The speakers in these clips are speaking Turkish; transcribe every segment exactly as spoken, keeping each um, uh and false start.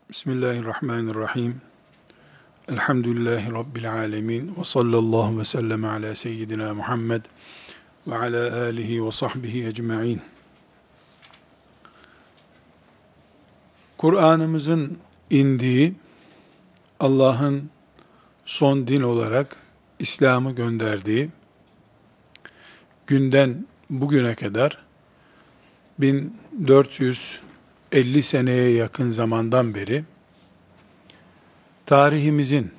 Bismillahirrahmanirrahim. Elhamdülillahi Rabbil alemin. Ve sallallahu ve sellem ala seyyidina Muhammed ve ala alihi ve sahbihi ecma'in. Kur'an'ımızın indiği, Allah'ın son din olarak İslam'ı gönderdiği, günden bugüne kadar bin dört yüz elli seneye yakın zamandan beri tarihimizin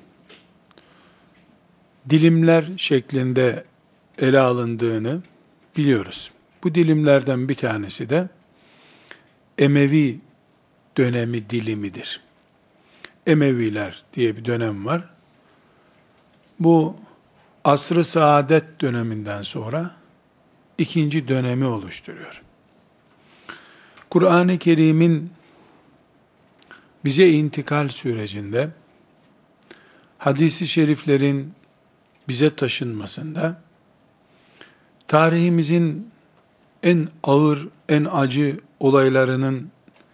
dilimler şeklinde ele alındığını biliyoruz. Bu dilimlerden bir tanesi de Emevi dönemi dilimidir. Emeviler diye bir dönem var. Bu asr-ı saadet döneminden sonra ikinci dönemi oluşturuyor. Kur'an-ı Kerim'in bize intikal sürecinde, hadis-i şeriflerin bize taşınmasında, tarihimizin en ağır, en acı olaylarının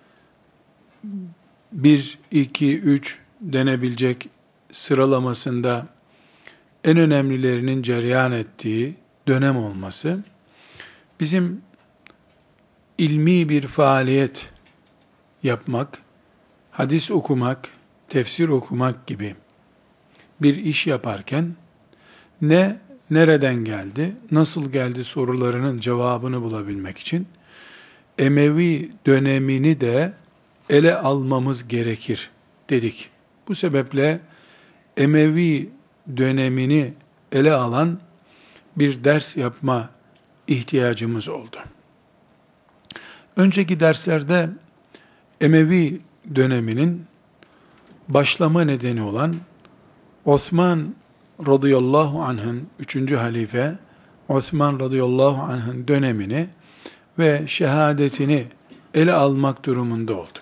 bir, iki, üç denebilecek sıralamasında en önemlilerinin cereyan ettiği dönem olması, bizim ilmi bir faaliyet yapmak, hadis okumak, tefsir okumak gibi bir iş yaparken ne, nereden geldi, nasıl geldi sorularının cevabını bulabilmek için Emevi dönemini de ele almamız gerekir dedik. Bu sebeple Emevi dönemini ele alan bir ders yapma ihtiyacımız oldu. Önceki derslerde Emevi döneminin başlama nedeni olan Osman radıyallahu anh'ın, üçüncü halife Osman radıyallahu anh'ın dönemini ve şehadetini ele almak durumunda olduk.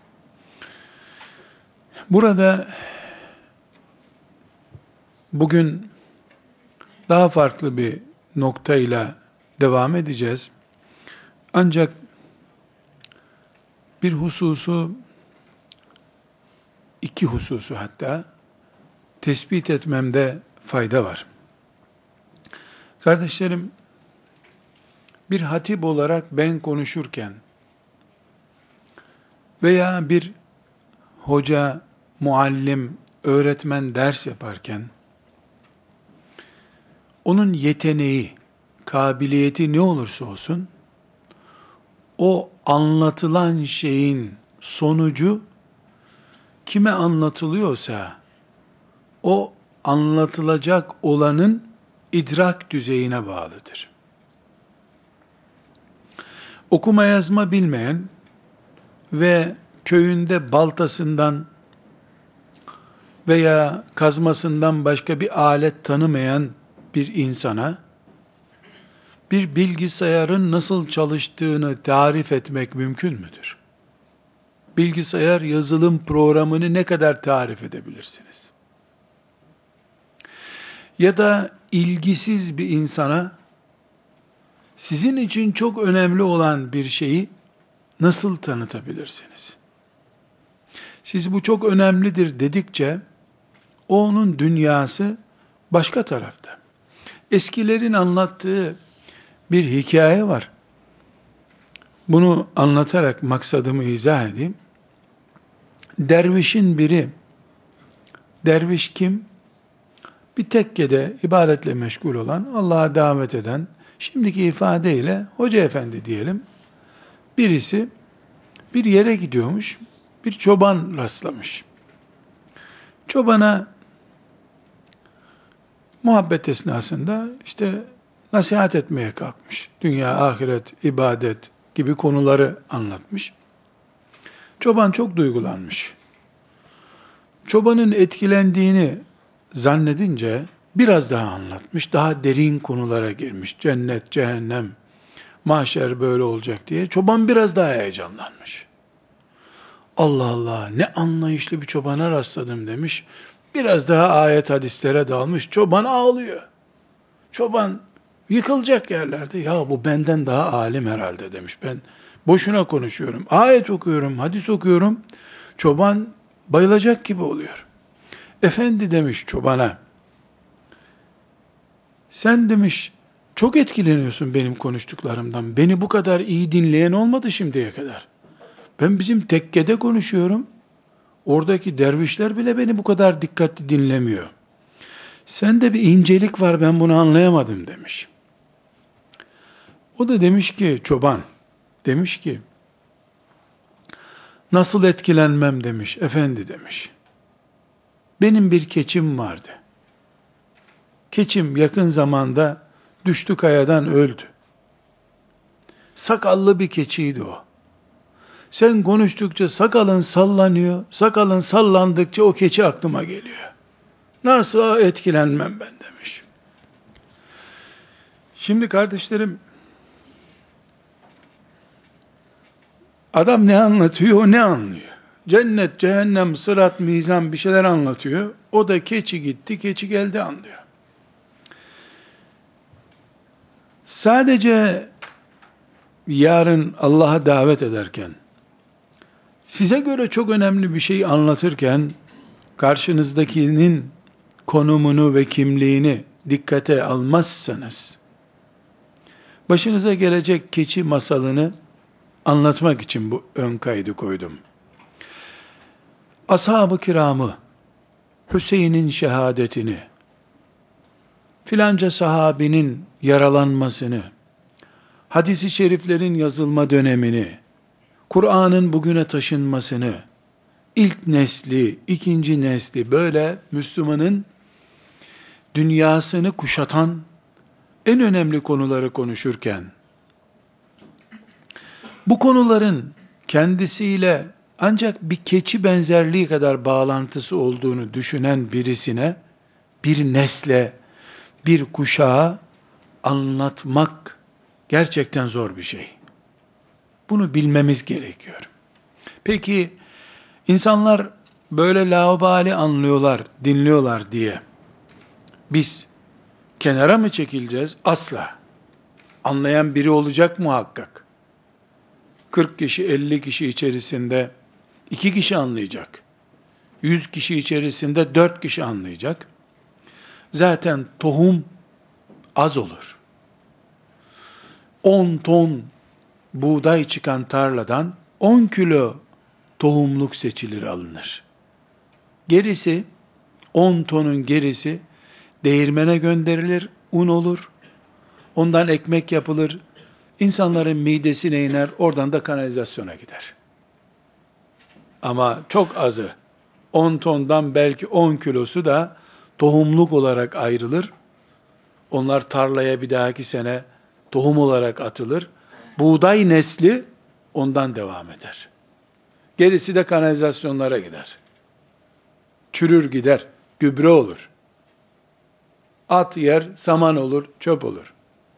Burada bugün daha farklı bir noktayla devam edeceğiz. Ancak bir hususu, iki hususu hatta tespit etmemde fayda var. Kardeşlerim, bir hatip olarak ben konuşurken veya bir hoca, muallim, öğretmen ders yaparken onun yeteneği, kabiliyeti ne olursa olsun, o anlatılan şeyin sonucu kime anlatılıyorsa o anlatılacak olanın idrak düzeyine bağlıdır. Okuma yazma bilmeyen ve köyünde baltasından veya kazmasından başka bir alet tanımayan bir insana bir bilgisayarın nasıl çalıştığını tarif etmek mümkün müdür? Bilgisayar yazılım programını ne kadar tarif edebilirsiniz? Ya da ilgisiz bir insana sizin için çok önemli olan bir şeyi nasıl tanıtabilirsiniz? Siz bu çok önemlidir dedikçe o onun dünyası başka tarafta. Eskilerin anlattığı bir hikaye var. Bunu anlatarak maksadımı izah edeyim. Dervişin biri, derviş kim? Bir tekkede ibadetle meşgul olan, Allah'a davet eden, şimdiki ifadeyle hoca efendi diyelim, birisi bir yere gidiyormuş, bir çoban rastlamış. Çobana muhabbet esnasında işte nasihat etmeye kalkmış. Dünya, ahiret, ibadet gibi konuları anlatmış. Çoban çok duygulanmış. Çobanın etkilendiğini zannedince biraz daha anlatmış. Daha derin konulara girmiş. Cennet, cehennem, mahşer böyle olacak diye. Çoban biraz daha heyecanlanmış. Allah Allah, ne anlayışlı bir çobana rastladım demiş. Biraz daha ayet hadislere dalmış. Çoban ağlıyor. Çoban yıkılacak yerlerde. Ya bu benden daha alim herhalde demiş. Ben boşuna konuşuyorum. Ayet okuyorum, hadis okuyorum. Çoban bayılacak gibi oluyor. Efendi demiş çobana, sen demiş çok etkileniyorsun benim konuştuklarımdan. Beni bu kadar iyi dinleyen olmadı şimdiye kadar. Ben bizim tekkede konuşuyorum. Oradaki dervişler bile beni bu kadar dikkatli dinlemiyor. Sende bir incelik var, ben bunu anlayamadım demiş. O da demiş ki, çoban demiş ki, nasıl etkilenmem demiş, efendi demiş. Benim bir keçim vardı. Keçim yakın zamanda düştü kayadan öldü. Sakallı bir keçiydi o. Sen konuştukça sakalın sallanıyor, sakalın sallandıkça o keçi aklıma geliyor. Nasıl etkilenmem ben demiş. Şimdi kardeşlerim, adam ne anlatıyor, o ne anlıyor? Cennet, cehennem, sırat, mizan bir şeyler anlatıyor. O da keçi gitti, keçi geldi anlıyor. Sadece yarın Allah'a davet ederken, size göre çok önemli bir şey anlatırken, karşınızdakinin konumunu ve kimliğini dikkate almazsanız, başınıza gelecek keçi masalını anlatmak için bu ön kaydı koydum. Ashab-ı kiramı, Hüseyin'in şehadetini, filanca sahabinin yaralanmasını, hadis-i şeriflerin yazılma dönemini, Kur'an'ın bugüne taşınmasını, ilk nesli, ikinci nesli böyle Müslümanın dünyasını kuşatan en önemli konuları konuşurken, bu konuların kendisiyle ancak bir keçi benzerliği kadar bağlantısı olduğunu düşünen birisine, bir nesle, bir kuşağa anlatmak gerçekten zor bir şey. Bunu bilmemiz gerekiyor. Peki, insanlar böyle laubali anlıyorlar, dinliyorlar diye biz kenara mı çekileceğiz? Asla. Anlayan biri olacak muhakkak. kırk kişi, elli kişi içerisinde iki kişi anlayacak. yüz kişi içerisinde dört kişi anlayacak. Zaten tohum az olur. on ton buğday çıkan tarladan on kilo tohumluk seçilir, alınır. Gerisi, on tonun gerisi değirmene gönderilir, un olur. Ondan ekmek yapılır. İnsanların midesine iner, oradan da kanalizasyona gider. Ama çok azı, on tondan belki on kilosu da tohumluk olarak ayrılır. Onlar tarlaya bir dahaki sene tohum olarak atılır. Buğday nesli ondan devam eder. Gerisi de kanalizasyonlara gider. Çürür gider, gübre olur. At yer, saman olur, çöp olur.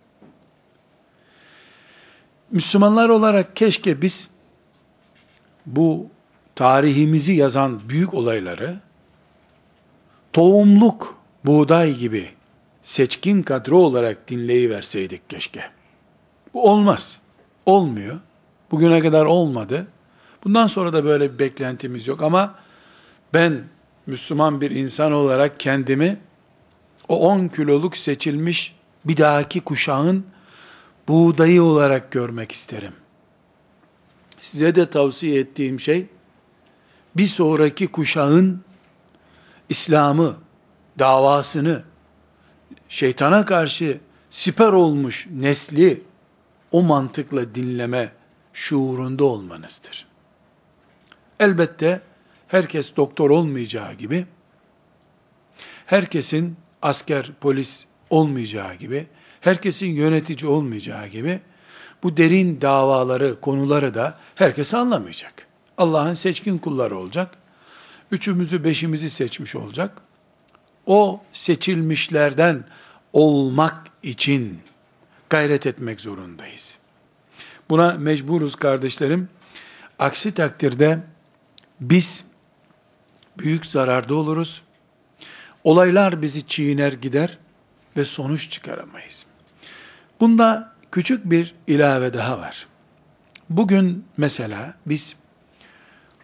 Müslümanlar olarak keşke biz bu tarihimizi yazan büyük olayları tohumluk buğday gibi seçkin kadro olarak dinleyiverseydik keşke. Bu olmaz. Olmuyor. Bugüne kadar olmadı. Bundan sonra da böyle bir beklentimiz yok ama ben Müslüman bir insan olarak kendimi o on kiloluk seçilmiş bir dahaki kuşağın buğdayı olarak görmek isterim. Size de tavsiye ettiğim şey, bir sonraki kuşağın İslam'ı, davasını, şeytana karşı siper olmuş nesli o mantıkla dinleme şuurunda olmanızdır. Elbette herkes doktor olmayacağı gibi, herkesin asker, polis olmayacağı gibi, herkesin yönetici olmayacağı gibi, bu derin davaları, konuları da herkes anlamayacak. Allah'ın seçkin kulları olacak. Üçümüzü, beşimizi seçmiş olacak. O seçilmişlerden olmak için gayret etmek zorundayız. Buna mecburuz kardeşlerim. Aksi takdirde biz büyük zararda oluruz. Olaylar bizi çiğner gider ve sonuç çıkaramayız. Bunda küçük bir ilave daha var. Bugün mesela biz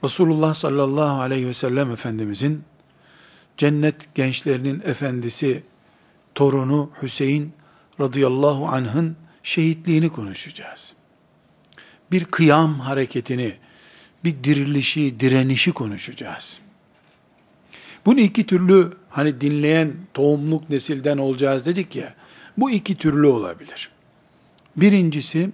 Resulullah sallallahu aleyhi ve sellem Efendimizin cennet gençlerinin efendisi torunu Hüseyin radıyallahu anh'ın şehitliğini konuşacağız. Bir kıyam hareketini, bir dirilişi, direnişi konuşacağız. Bunu iki türlü, hani dinleyen tohumluk nesilden olacağız dedik ya, bu iki türlü olabilir. Birincisi,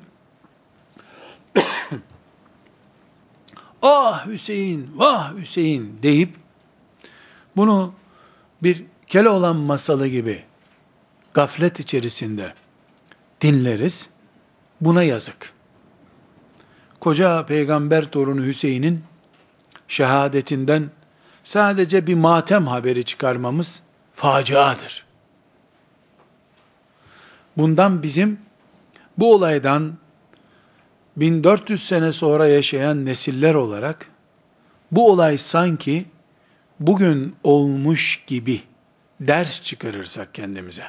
ah Hüseyin, vah Hüseyin deyip, bunu bir Keloğlan masalı gibi gaflet içerisinde dinleriz. Buna yazık. Koca peygamber torunu Hüseyin'in şehadetinden sadece bir matem haberi çıkarmamız faciadır. Bundan bizim bu olaydan bin dört yüz sene sonra yaşayan nesiller olarak bu olay sanki bugün olmuş gibi ders çıkarırsak kendimize.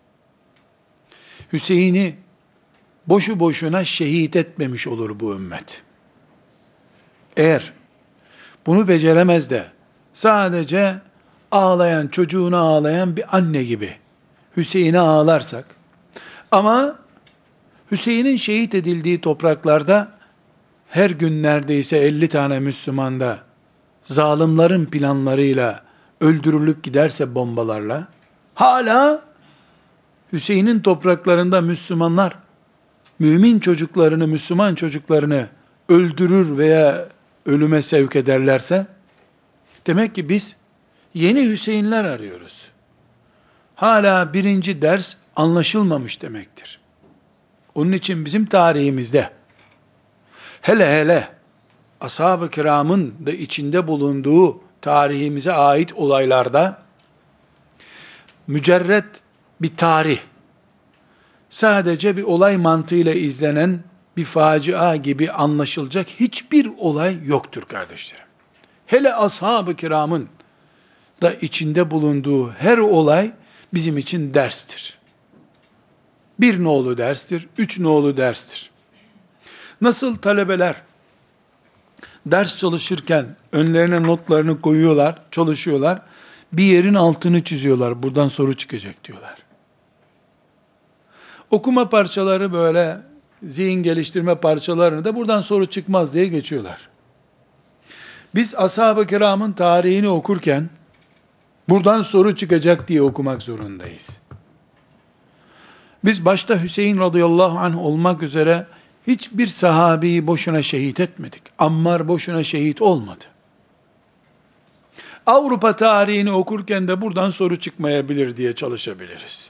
Hüseyin'i boşu boşuna şehit etmemiş olur bu ümmet. Eğer bunu beceremez de sadece ağlayan, çocuğuna ağlayan bir anne gibi Hüseyin'e ağlarsak, ama Hüseyin'in şehit edildiği topraklarda her gün neredeyse elli tane Müslüman da zalimlerin planlarıyla öldürülüp giderse bombalarla, hala Hüseyin'in topraklarında Müslümanlar mümin çocuklarını, Müslüman çocuklarını öldürür veya ölüme sevk ederlerse, demek ki biz yeni Hüseyinler arıyoruz. Hala birinci ders anlaşılmamış demektir. Onun için bizim tarihimizde, hele hele ashab-ı kiramın da içinde bulunduğu tarihimize ait olaylarda, mücerret bir tarih, sadece bir olay mantığıyla izlenen bir facia gibi anlaşılacak hiçbir olay yoktur kardeşlerim. Hele ashab-ı kiramın da içinde bulunduğu her olay bizim için derstir. Bir nolu derstir, üç nolu derstir. Nasıl talebeler ders çalışırken önlerine notlarını koyuyorlar, çalışıyorlar, bir yerin altını çiziyorlar, buradan soru çıkacak diyorlar. Okuma parçaları, böyle zihin geliştirme parçalarını da buradan soru çıkmaz diye geçiyorlar. Biz ashab-ı kiramın tarihini okurken buradan soru çıkacak diye okumak zorundayız. Biz başta Hüseyin radıyallahu anh olmak üzere hiçbir sahabeyi boşuna şehit etmedik. Ammar boşuna şehit olmadı. Avrupa tarihini okurken de buradan soru çıkmayabilir diye çalışabiliriz.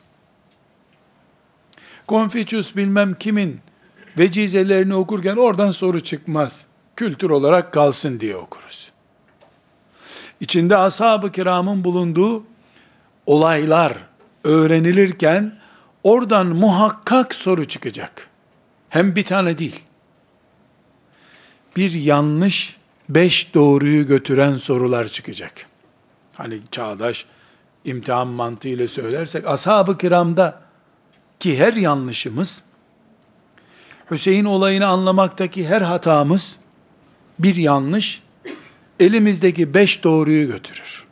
Konfüçyüs bilmem kimin vecizelerini okurken oradan soru çıkmaz, kültür olarak kalsın diye okuruz. İçinde ashab-ı kiramın bulunduğu olaylar öğrenilirken oradan muhakkak soru çıkacak. Hem bir tane değil. Bir yanlış, beş doğruyu götüren sorular çıkacak. Hani çağdaş imtihan mantığıyla söylersek, ashab-ı kiramda ki her yanlışımız, Hüseyin olayını anlamaktaki her hatamız, bir yanlış, elimizdeki beş doğruyu götürür.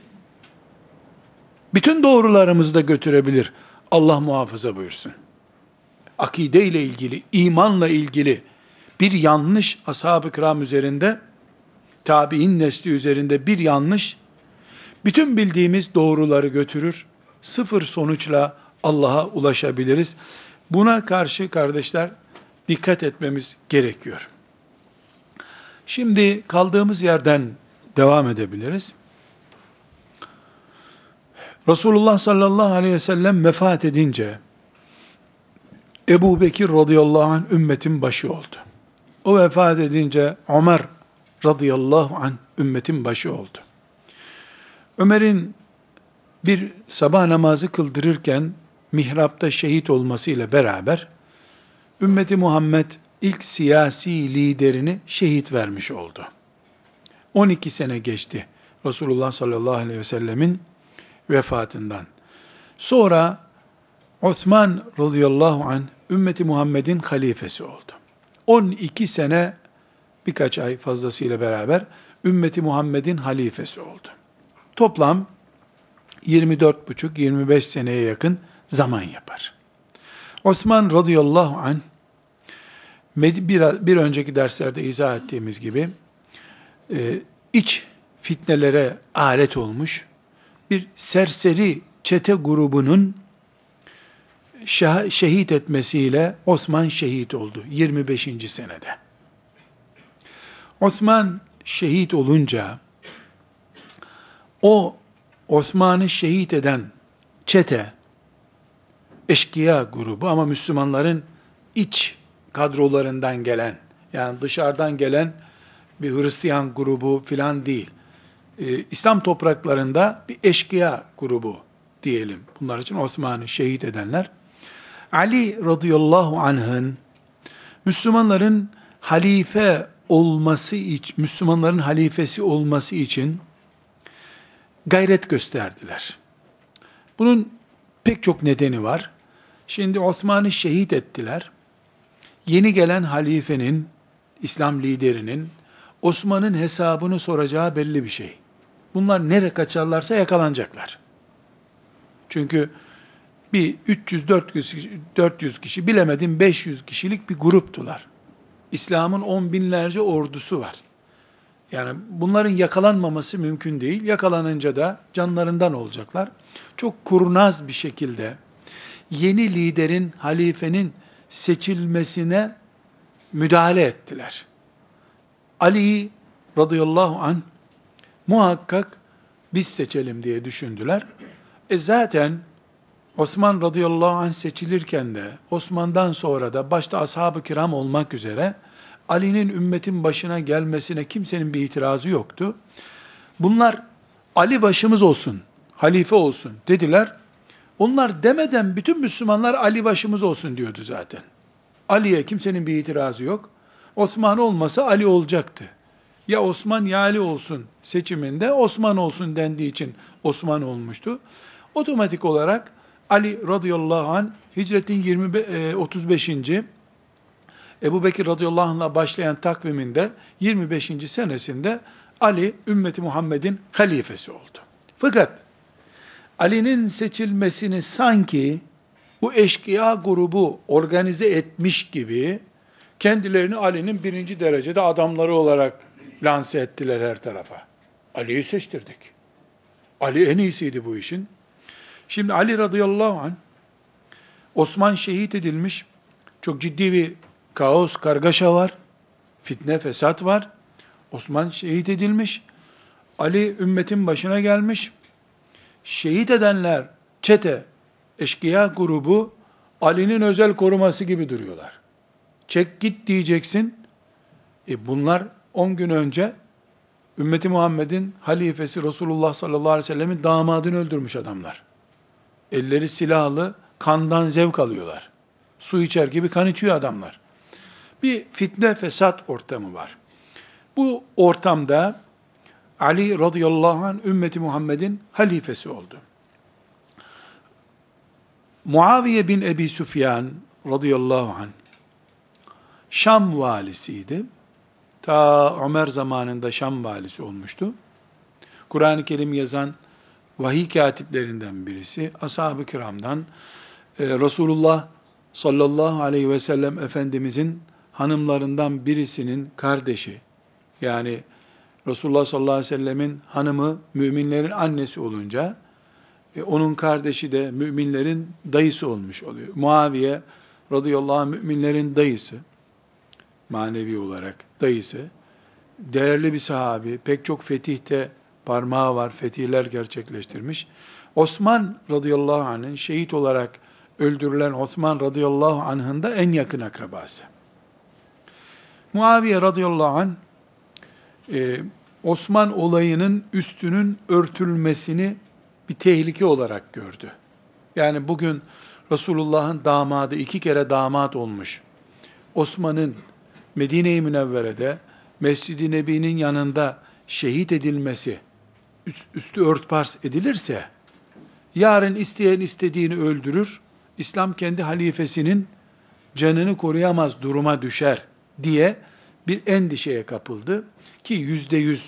Bütün doğrularımızı da götürebilir. Allah muhafaza buyursun. Akide ile ilgili, imanla ilgili bir yanlış ashab-ı kiram üzerinde, tabi'in nesli üzerinde bir yanlış, bütün bildiğimiz doğruları götürür. Sıfır sonuçla Allah'a ulaşabiliriz. Buna karşı kardeşler dikkat etmemiz gerekiyor. Şimdi kaldığımız yerden devam edebiliriz. Resulullah sallallahu aleyhi ve sellem vefat edince Ebu Bekir radıyallahu anh ümmetin başı oldu. O vefat edince Ömer radıyallahu anh ümmetin başı oldu. Ömer'in bir sabah namazı kıldırırken mihrapta şehit olmasıyla beraber ümmeti Muhammed ilk siyasi liderini şehit vermiş oldu. on iki sene geçti Resulullah sallallahu aleyhi ve sellemin vefatından. Sonra Osman radıyallahu anh ümmeti Muhammed'in halifesi oldu. on iki sene birkaç ay fazlasıyla beraber ümmeti Muhammed'in halifesi oldu. Toplam yirmi dört buçuk yirmi beş seneye yakın zaman yapar. Osman radıyallahu anh, bir, bir önceki derslerde izah ettiğimiz gibi, e, iç fitnelere alet olmuş bir serseri çete grubunun şehit etmesiyle Osman şehit oldu yirmi beşinci senede. Osman şehit olunca o Osman'ı şehit eden çete, eşkıya grubu ama Müslümanların iç kadrolarından gelen, yani dışarıdan gelen bir Hristiyan grubu filan değil. Ee, İslam topraklarında bir eşkıya grubu diyelim. Bunlar için Osman'ı şehit edenler. Ali radıyallahu anh'ın Müslümanların halife olması için, Müslümanların halifesi olması için gayret gösterdiler. Bunun pek çok nedeni var. Şimdi Osman'ı şehit ettiler. Yeni gelen halifenin, İslam liderinin Osman'ın hesabını soracağı belli bir şey. Bunlar nereye kaçarlarsa yakalanacaklar. Çünkü bir üç yüz dört yüz kişi, bilemedim beş yüz kişilik bir gruptular. İslam'ın on binlerce ordusu var. Yani bunların yakalanmaması mümkün değil. Yakalanınca da canlarından olacaklar. Çok kurnaz bir şekilde yeni liderin, halifenin seçilmesine müdahale ettiler. Ali radıyallahu anh muhakkak biz seçelim diye düşündüler. E zaten Osman radıyallahu anh seçilirken de Osman'dan sonra da başta ashab-ı kiram olmak üzere Ali'nin ümmetin başına gelmesine kimsenin bir itirazı yoktu. Bunlar Ali başımız olsun, halife olsun dediler. Onlar demeden bütün Müslümanlar Ali başımız olsun diyordu zaten. Ali'ye kimsenin bir itirazı yok. Osman olmasa Ali olacaktı. Ya Osman ya Ali olsun seçiminde Osman olsun dendiği için Osman olmuştu. Otomatik olarak Ali radıyallahu anh hicretin yirmi, otuz beşinci Ebu Bekir radıyallahu anh'la başlayan takviminde yirmi beşinci senesinde Ali ümmeti Muhammed'in halifesi oldu. Fakat Ali'nin seçilmesini sanki bu eşkıya grubu organize etmiş gibi kendilerini Ali'nin birinci derecede adamları olarak lanse ettiler her tarafa. Ali'yi seçtirdik. Ali en iyisiydi bu işin. Şimdi Ali radıyallahu anh, Osman şehit edilmiş, çok ciddi bir kaos, kargaşa var, fitne, fesat var. Osman şehit edilmiş, Ali ümmetin başına gelmiş. Şehit edenler, çete, eşkıya grubu, Ali'nin özel koruması gibi duruyorlar. Çek git diyeceksin. E bunlar on gün önce ümmeti Muhammed'in halifesi Resulullah sallallahu aleyhi ve sellemin damadını öldürmüş adamlar. Elleri silahlı, kandan zevk alıyorlar. Su içer gibi kan içiyor adamlar. Bir fitne fesat ortamı var. Bu ortamda Ali radıyallahu anh ümmeti Muhammed'in halifesi oldu. Muaviye bin Ebi Süfyan radıyallahu anh Şam valisiydi. Ta Ömer zamanında Şam valisi olmuştu. Kur'an-ı Kerim yazan vahiy katiplerinden birisi, ashab-ı kiramdan, e, Resulullah sallallahu aleyhi ve sellem Efendimizin hanımlarından birisinin kardeşi, yani Resulullah sallallahu aleyhi ve sellemin hanımı müminlerin annesi olunca, e, onun kardeşi de müminlerin dayısı olmuş oluyor. Muaviye radıyallahu anh müminlerin dayısı, manevi olarak dayısı, değerli bir sahabi, pek çok fetihte parmağı var, fetihler gerçekleştirmiş. Osman radıyallahu anh'ın şehit olarak öldürülen Osman radıyallahu anh'ın da en yakın akrabası. Muaviye radıyallahu anh, e, Osman olayının üstünün örtülmesini bir tehlike olarak gördü. Yani bugün Resulullah'ın damadı, iki kere damat olmuş Osman'ın Medine-i Münevvere'de Mescid-i Nebi'nin yanında şehit edilmesi, üstü örtbas edilirse, yarın isteyen istediğini öldürür, İslam kendi halifesinin canını koruyamaz duruma düşer diye bir endişeye kapıldı. Ki yüzde yüz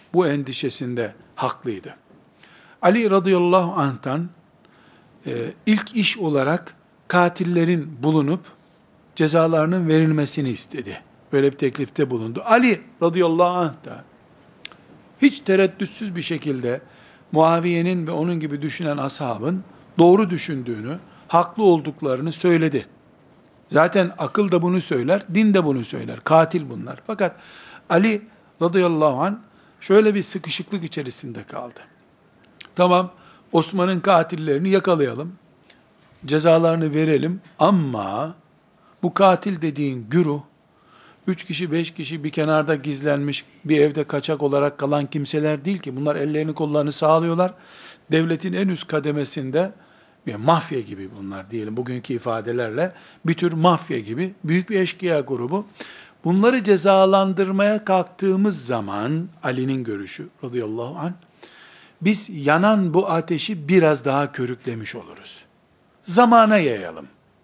bu endişesinde haklıydı. Ali radıyallahu anh'tan e, ilk iş olarak katillerin bulunup cezalarının verilmesini istedi. Böyle bir teklifte bulundu. Ali radıyallahu anh da hiç tereddütsüz bir şekilde Muaviye'nin ve onun gibi düşünen ashabın doğru düşündüğünü, haklı olduklarını söyledi. Zaten akıl da bunu söyler, din de bunu söyler. Katil bunlar. Fakat Ali radıyallahu anh şöyle bir sıkışıklık içerisinde kaldı. Tamam, Osman'ın katillerini yakalayalım, cezalarını verelim ama bu katil dediğin güruh, üç kişi, beş kişi bir kenarda gizlenmiş, bir evde kaçak olarak kalan kimseler değil ki. Bunlar ellerini kollarını sağlıyorlar. Devletin en üst kademesinde, yani mafya gibi bunlar diyelim bugünkü ifadelerle, bir tür mafya gibi büyük bir eşkıya grubu. Bunları cezalandırmaya kalktığımız zaman, Ali'nin görüşü radıyallahu anh, biz yanan bu ateşi biraz daha körüklemiş oluruz. Zamana yayalım.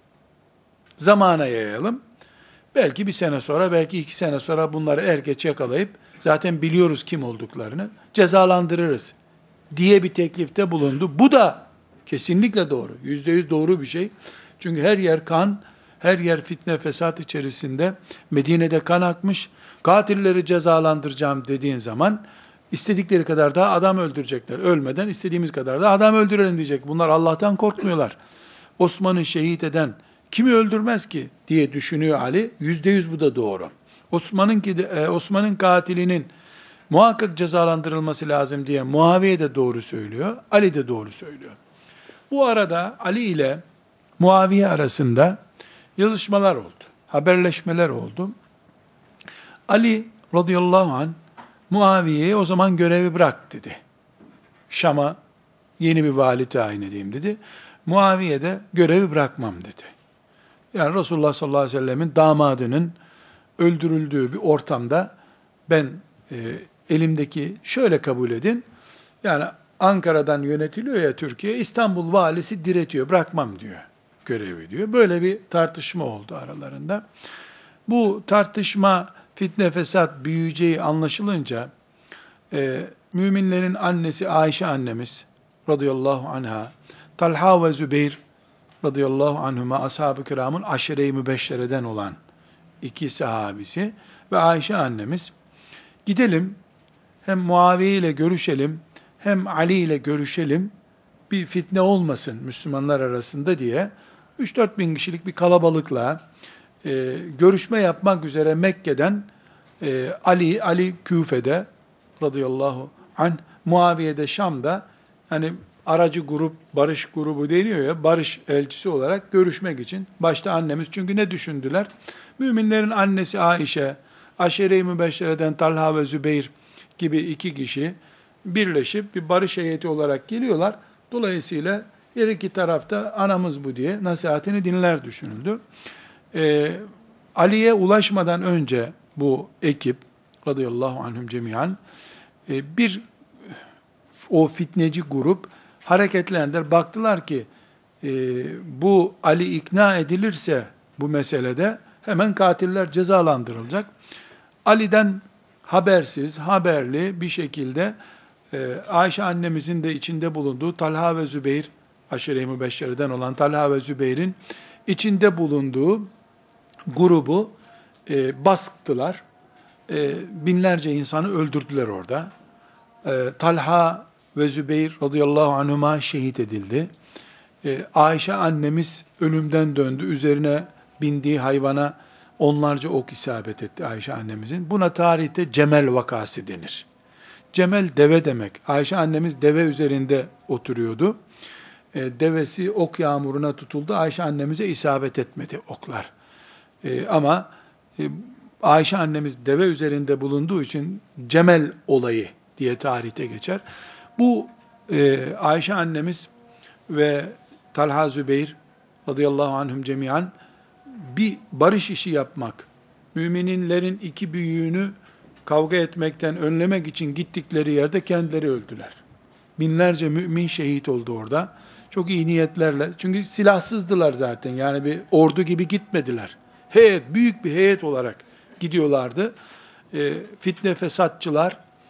Zamana yayalım. Belki bir sene sonra, belki iki sene sonra bunları er geç yakalayıp, zaten biliyoruz kim olduklarını, cezalandırırız diye bir teklifte bulundu. Bu da kesinlikle doğru. Yüzde yüz doğru bir şey. Çünkü her yer kan, her yer fitne, fesat içerisinde. Medine'de kan akmış. Katilleri cezalandıracağım dediğin zaman, istedikleri kadar daha adam öldürecekler. Ölmeden istediğimiz kadar da adam öldürelim diyecek. Bunlar Allah'tan korkmuyorlar. Osman'ı şehit eden kimi öldürmez ki diye düşünüyor Ali. Yüzde yüz bu da doğru. Osman'ın ki Osman'ın katilinin muhakkak cezalandırılması lazım diye Muaviye de doğru söylüyor. Ali de doğru söylüyor. Bu arada Ali ile Muaviye arasında yazışmalar oldu. Haberleşmeler oldu. Ali radıyallahu anh Muaviye'ye o zaman görevi bırak dedi. Şam'a yeni bir vali tayin edeyim dedi. Muaviye de görevi bırakmam dedi. Yani Resulullah sallallahu aleyhi ve sellemin damadının öldürüldüğü bir ortamda ben e, elimdeki şöyle kabul edin. Yani Ankara'dan yönetiliyor ya Türkiye, İstanbul valisi diretiyor, bırakmam diyor görevi diyor. Böyle bir tartışma oldu aralarında. Bu tartışma fitne fesat büyüyeceği anlaşılınca e, müminlerin annesi Ayşe annemiz radıyallahu anha, Talha ve Zübeyir radıyallahu anhuma ashab-ı kiramın aşire-i mübeşşereden olan iki sahabisi ve Ayşe annemiz, gidelim hem Muaviye ile görüşelim hem Ali ile görüşelim, bir fitne olmasın Müslümanlar arasında diye üç dört bin kişilik bir kalabalıkla e, görüşme yapmak üzere Mekke'den e, Ali Ali Küfe'de radıyallahu anh, Muaviye'de Şam'da, hani aracı grup, barış grubu deniyor ya, barış elçisi olarak görüşmek için. Başta annemiz, çünkü ne düşündüler? Müminlerin annesi Ayşe, aşire-i mübeşşereden Talha ve Zübeyir gibi iki kişi birleşip bir barış heyeti olarak geliyorlar. Dolayısıyla her iki tarafta anamız bu diye nasihatini dinler düşünüldü. Ee, Ali'ye ulaşmadan önce bu ekip radıyallahu anhum cemiyan e, bir o fitneci grup hareketlendiler. Baktılar ki e, bu Ali ikna edilirse bu meselede hemen katiller cezalandırılacak. Ali'den habersiz, haberli bir şekilde e, Ayşe annemizin de içinde bulunduğu Talha ve Zübeyir, aşire-i mübeşşereden olan Talha ve Zübeyir'in içinde bulunduğu grubu e, baskılar. E, binlerce insanı öldürdüler orada. E, Talha ve Zübeyir radıyallahu anhuma şehit edildi. Ee, Ayşe annemiz ölümden döndü. Üzerine bindiği hayvana onlarca ok isabet etti Ayşe annemizin. Buna tarihte Cemel vakası denir. Cemel deve demek. Ayşe annemiz deve üzerinde oturuyordu. Ee, devesi ok yağmuruna tutuldu. Ayşe annemize isabet etmedi oklar. Ee, ama e, Ayşe annemiz deve üzerinde bulunduğu için Cemel olayı diye tarihte geçer. Bu e, Ayşe annemiz ve Talha Zübeyir radıyallahu anhum cemiyan bir barış işi yapmak, müminlerin iki büyüğünü kavga etmekten önlemek için gittikleri yerde kendileri öldüler. Binlerce mümin şehit oldu orada. Çok iyi niyetlerle, çünkü silahsızdılar zaten, yani bir ordu gibi gitmediler. Heyet, büyük bir heyet olarak gidiyorlardı. E, fitne fesatçılar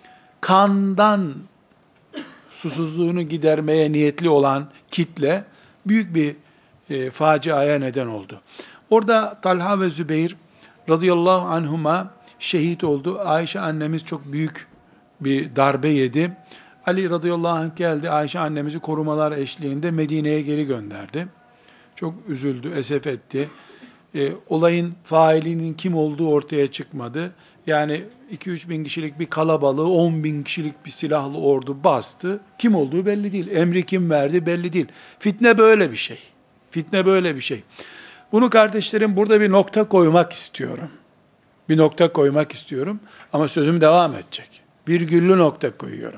kandan susuzluğunu gidermeye niyetli olan kitle büyük bir e, faciaya neden oldu. Orada Talha ve Zübeyir radıyallahu anhuma şehit oldu. Ayşe annemiz çok büyük bir darbe yedi. Ali radıyallahu anh geldi, Ayşe annemizi korumalar eşliğinde Medine'ye geri gönderdi. Çok üzüldü, esef etti. E, olayın failinin kim olduğu ortaya çıkmadı. Yani iki üç bin kişilik bir kalabalığı on bin kişilik bir silahlı ordu bastı. Kim olduğu belli değil. Emri kim verdi belli değil. Fitne böyle bir şey. Fitne böyle bir şey. Bunu kardeşlerim burada bir nokta koymak istiyorum. Bir nokta koymak istiyorum. Ama sözüm devam edecek. Virgüllü nokta koyuyorum.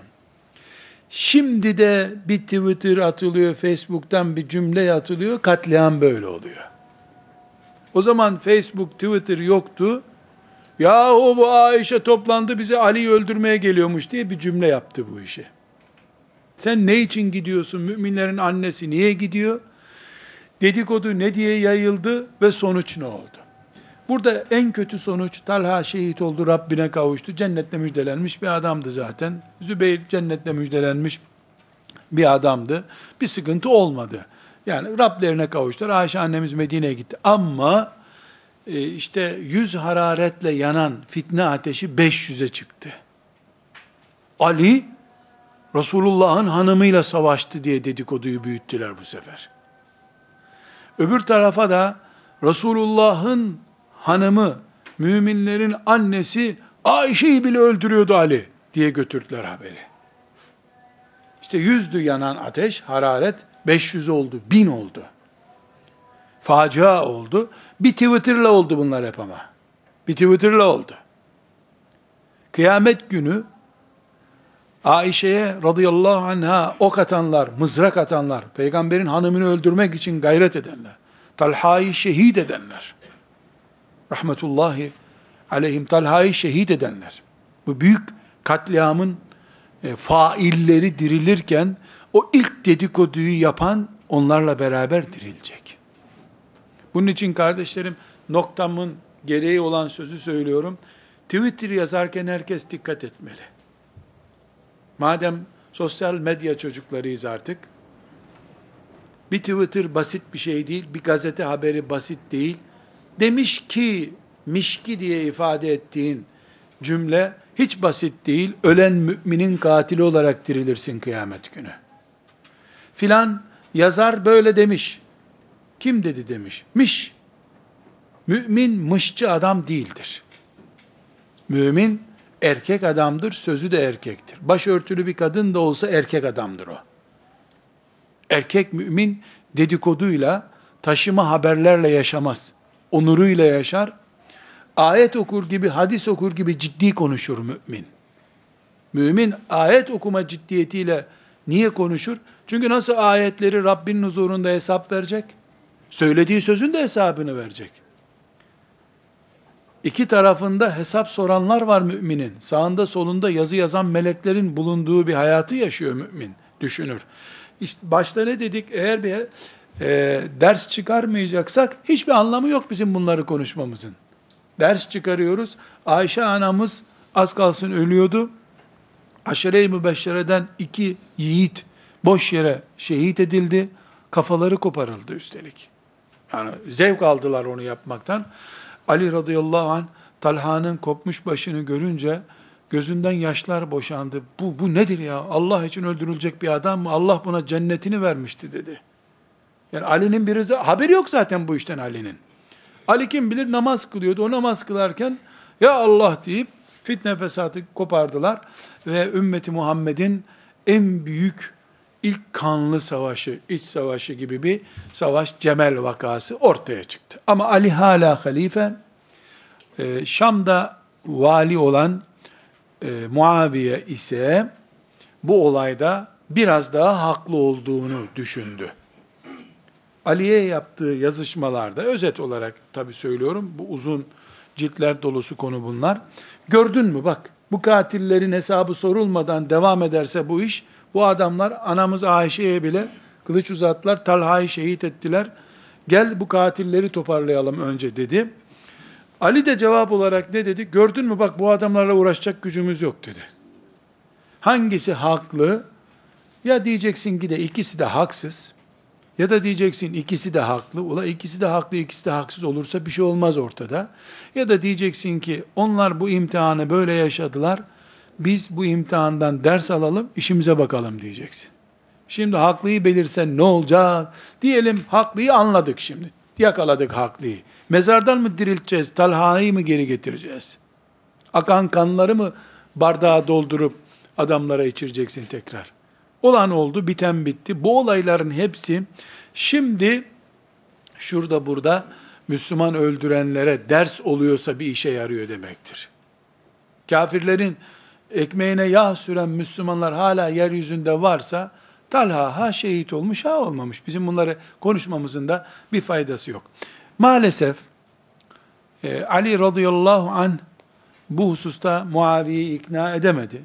Şimdi de bir Twitter atılıyor, Facebook'tan bir cümle atılıyor, katliam böyle oluyor. O zaman Facebook, Twitter yoktu. Ya o bu Ayşe toplandı bize Ali'yi öldürmeye geliyormuş diye bir cümle yaptı bu işi. Sen ne için gidiyorsun? Müminlerin annesi niye gidiyor? Dedikodu ne diye yayıldı ve sonuç ne oldu? Burada en kötü sonuç, Talha şehit oldu, Rabbine kavuştu, cennetle müjdelenmiş bir adamdı zaten. Zübeyir cennetle müjdelenmiş bir adamdı. Bir sıkıntı olmadı. Yani Rablerine kavuştular. Ayşe annemiz Medine'ye gitti. Ama e, işte yüz hararetle yanan fitne ateşi beş yüze çıktı. Ali, Resulullah'ın hanımıyla savaştı diye dedikoduyu büyüttüler bu sefer. Öbür tarafa da Resulullah'ın hanımı, müminlerin annesi Ayşe'yi bile öldürüyordu Ali diye götürdüler haberi. İşte yüzdü yanan ateş, hararet beş yüz oldu, bin oldu. Facia oldu. Bir Twitter'la oldu bunlar hep ama. Bir Twitter'la oldu. Kıyamet günü Ayşe'ye radıyallahu anha ok atanlar, mızrak atanlar, peygamberin hanımını öldürmek için gayret edenler, Talha'yı şehit edenler, rahmetullahi aleyhim, Talha'yı şehit edenler, bu büyük katliamın e, failleri dirilirken, o ilk dedikoduyu yapan onlarla beraber dirilecek. Bunun için kardeşlerim, noktamın gereği olan sözü söylüyorum. Twitter yazarken herkes dikkat etmeli. Madem sosyal medya çocuklarıyız artık, bir Twitter basit bir şey değil, bir gazete haberi basit değil. Demiş ki, mişki diye ifade ettiğin cümle hiç basit değil. Ölen müminin katili olarak dirilirsin kıyamet günü. Filan yazar böyle demiş. Kim dedi demiş? Miş. Mümin mışçı adam değildir. Mümin erkek adamdır, sözü de erkektir. Başörtülü bir kadın da olsa erkek adamdır o. Erkek mümin dedikoduyla, taşıma haberlerle yaşamaz. Onuruyla yaşar. Ayet okur gibi, hadis okur gibi ciddi konuşur mümin. Mümin ayet okuma ciddiyetiyle niye konuşur? Çünkü nasıl ayetleri Rabbinin huzurunda hesap verecek? Söylediği sözün de hesabını verecek. İki tarafında hesap soranlar var müminin. Sağında solunda yazı yazan meleklerin bulunduğu bir hayatı yaşıyor mümin. Düşünür. İşte başta ne dedik? Eğer bir e, ders çıkarmayacaksak hiçbir anlamı yok bizim bunları konuşmamızın. Ders çıkarıyoruz. Ayşe anamız az kalsın ölüyordu. Aşere-i Mübeşşere'den iki yiğit boş yere şehit edildi. Kafaları koparıldı üstelik. Yani zevk aldılar onu yapmaktan. Ali radıyallahu anh Talha'nın kopmuş başını görünce gözünden yaşlar boşandı. Bu, bu nedir ya? Allah için öldürülecek bir adam mı? Allah buna cennetini vermişti dedi. Yani Ali'nin bir rıza, haberi yok zaten bu işten Ali'nin. Ali kim bilir namaz kılıyordu. O namaz kılarken ya Allah deyip fitne fesatı kopardılar ve ümmeti Muhammed'in en büyük ilk kanlı savaşı, iç savaşı gibi bir savaş, Cemel vakası ortaya çıktı. Ama Ali hala halife. Ee, Şam'da vali olan e, Muaviye ise bu olayda biraz daha haklı olduğunu düşündü. Ali'ye yaptığı yazışmalarda, özet olarak tabi söylüyorum, bu uzun ciltler dolusu konu bunlar. Gördün mü bak, bu katillerin hesabı sorulmadan devam ederse bu iş, bu adamlar anamız Ayşe'ye bile kılıç uzattılar, Talha'yı şehit ettiler. Gel bu katilleri toparlayalım önce dedi. Ali de cevap olarak ne dedi? Gördün mü bak bu adamlarla uğraşacak gücümüz yok dedi. hangisi haklı? Ya diyeceksin ki de ikisi de haksız. Ya da diyeceksin ikisi de haklı. Ula ikisi de haklı, ikisi de haksız olursa bir şey olmaz ortada. Ya da diyeceksin ki onlar bu imtihanı böyle yaşadılar. Biz bu imtihandan ders alalım, işimize bakalım diyeceksin. Şimdi haklıyı belirsen ne olacak? Diyelim haklıyı anladık şimdi. Yakaladık haklıyı. Mezardan mı dirilteceğiz? Talha'yı mı geri getireceğiz? Akan kanları mı bardağa doldurup adamlara içireceksin tekrar? Olan oldu, biten bitti. Bu olayların hepsi şimdi şurada burada Müslüman öldürenlere ders oluyorsa bir işe yarıyor demektir. Kafirlerin ekmeğine yağ süren Müslümanlar hala yeryüzünde varsa, Talha ha şehit olmuş ha olmamış. Bizim bunları konuşmamızın da bir faydası yok. Maalesef e, Ali radıyallahu anh bu hususta Muaviye'yi ikna edemedi.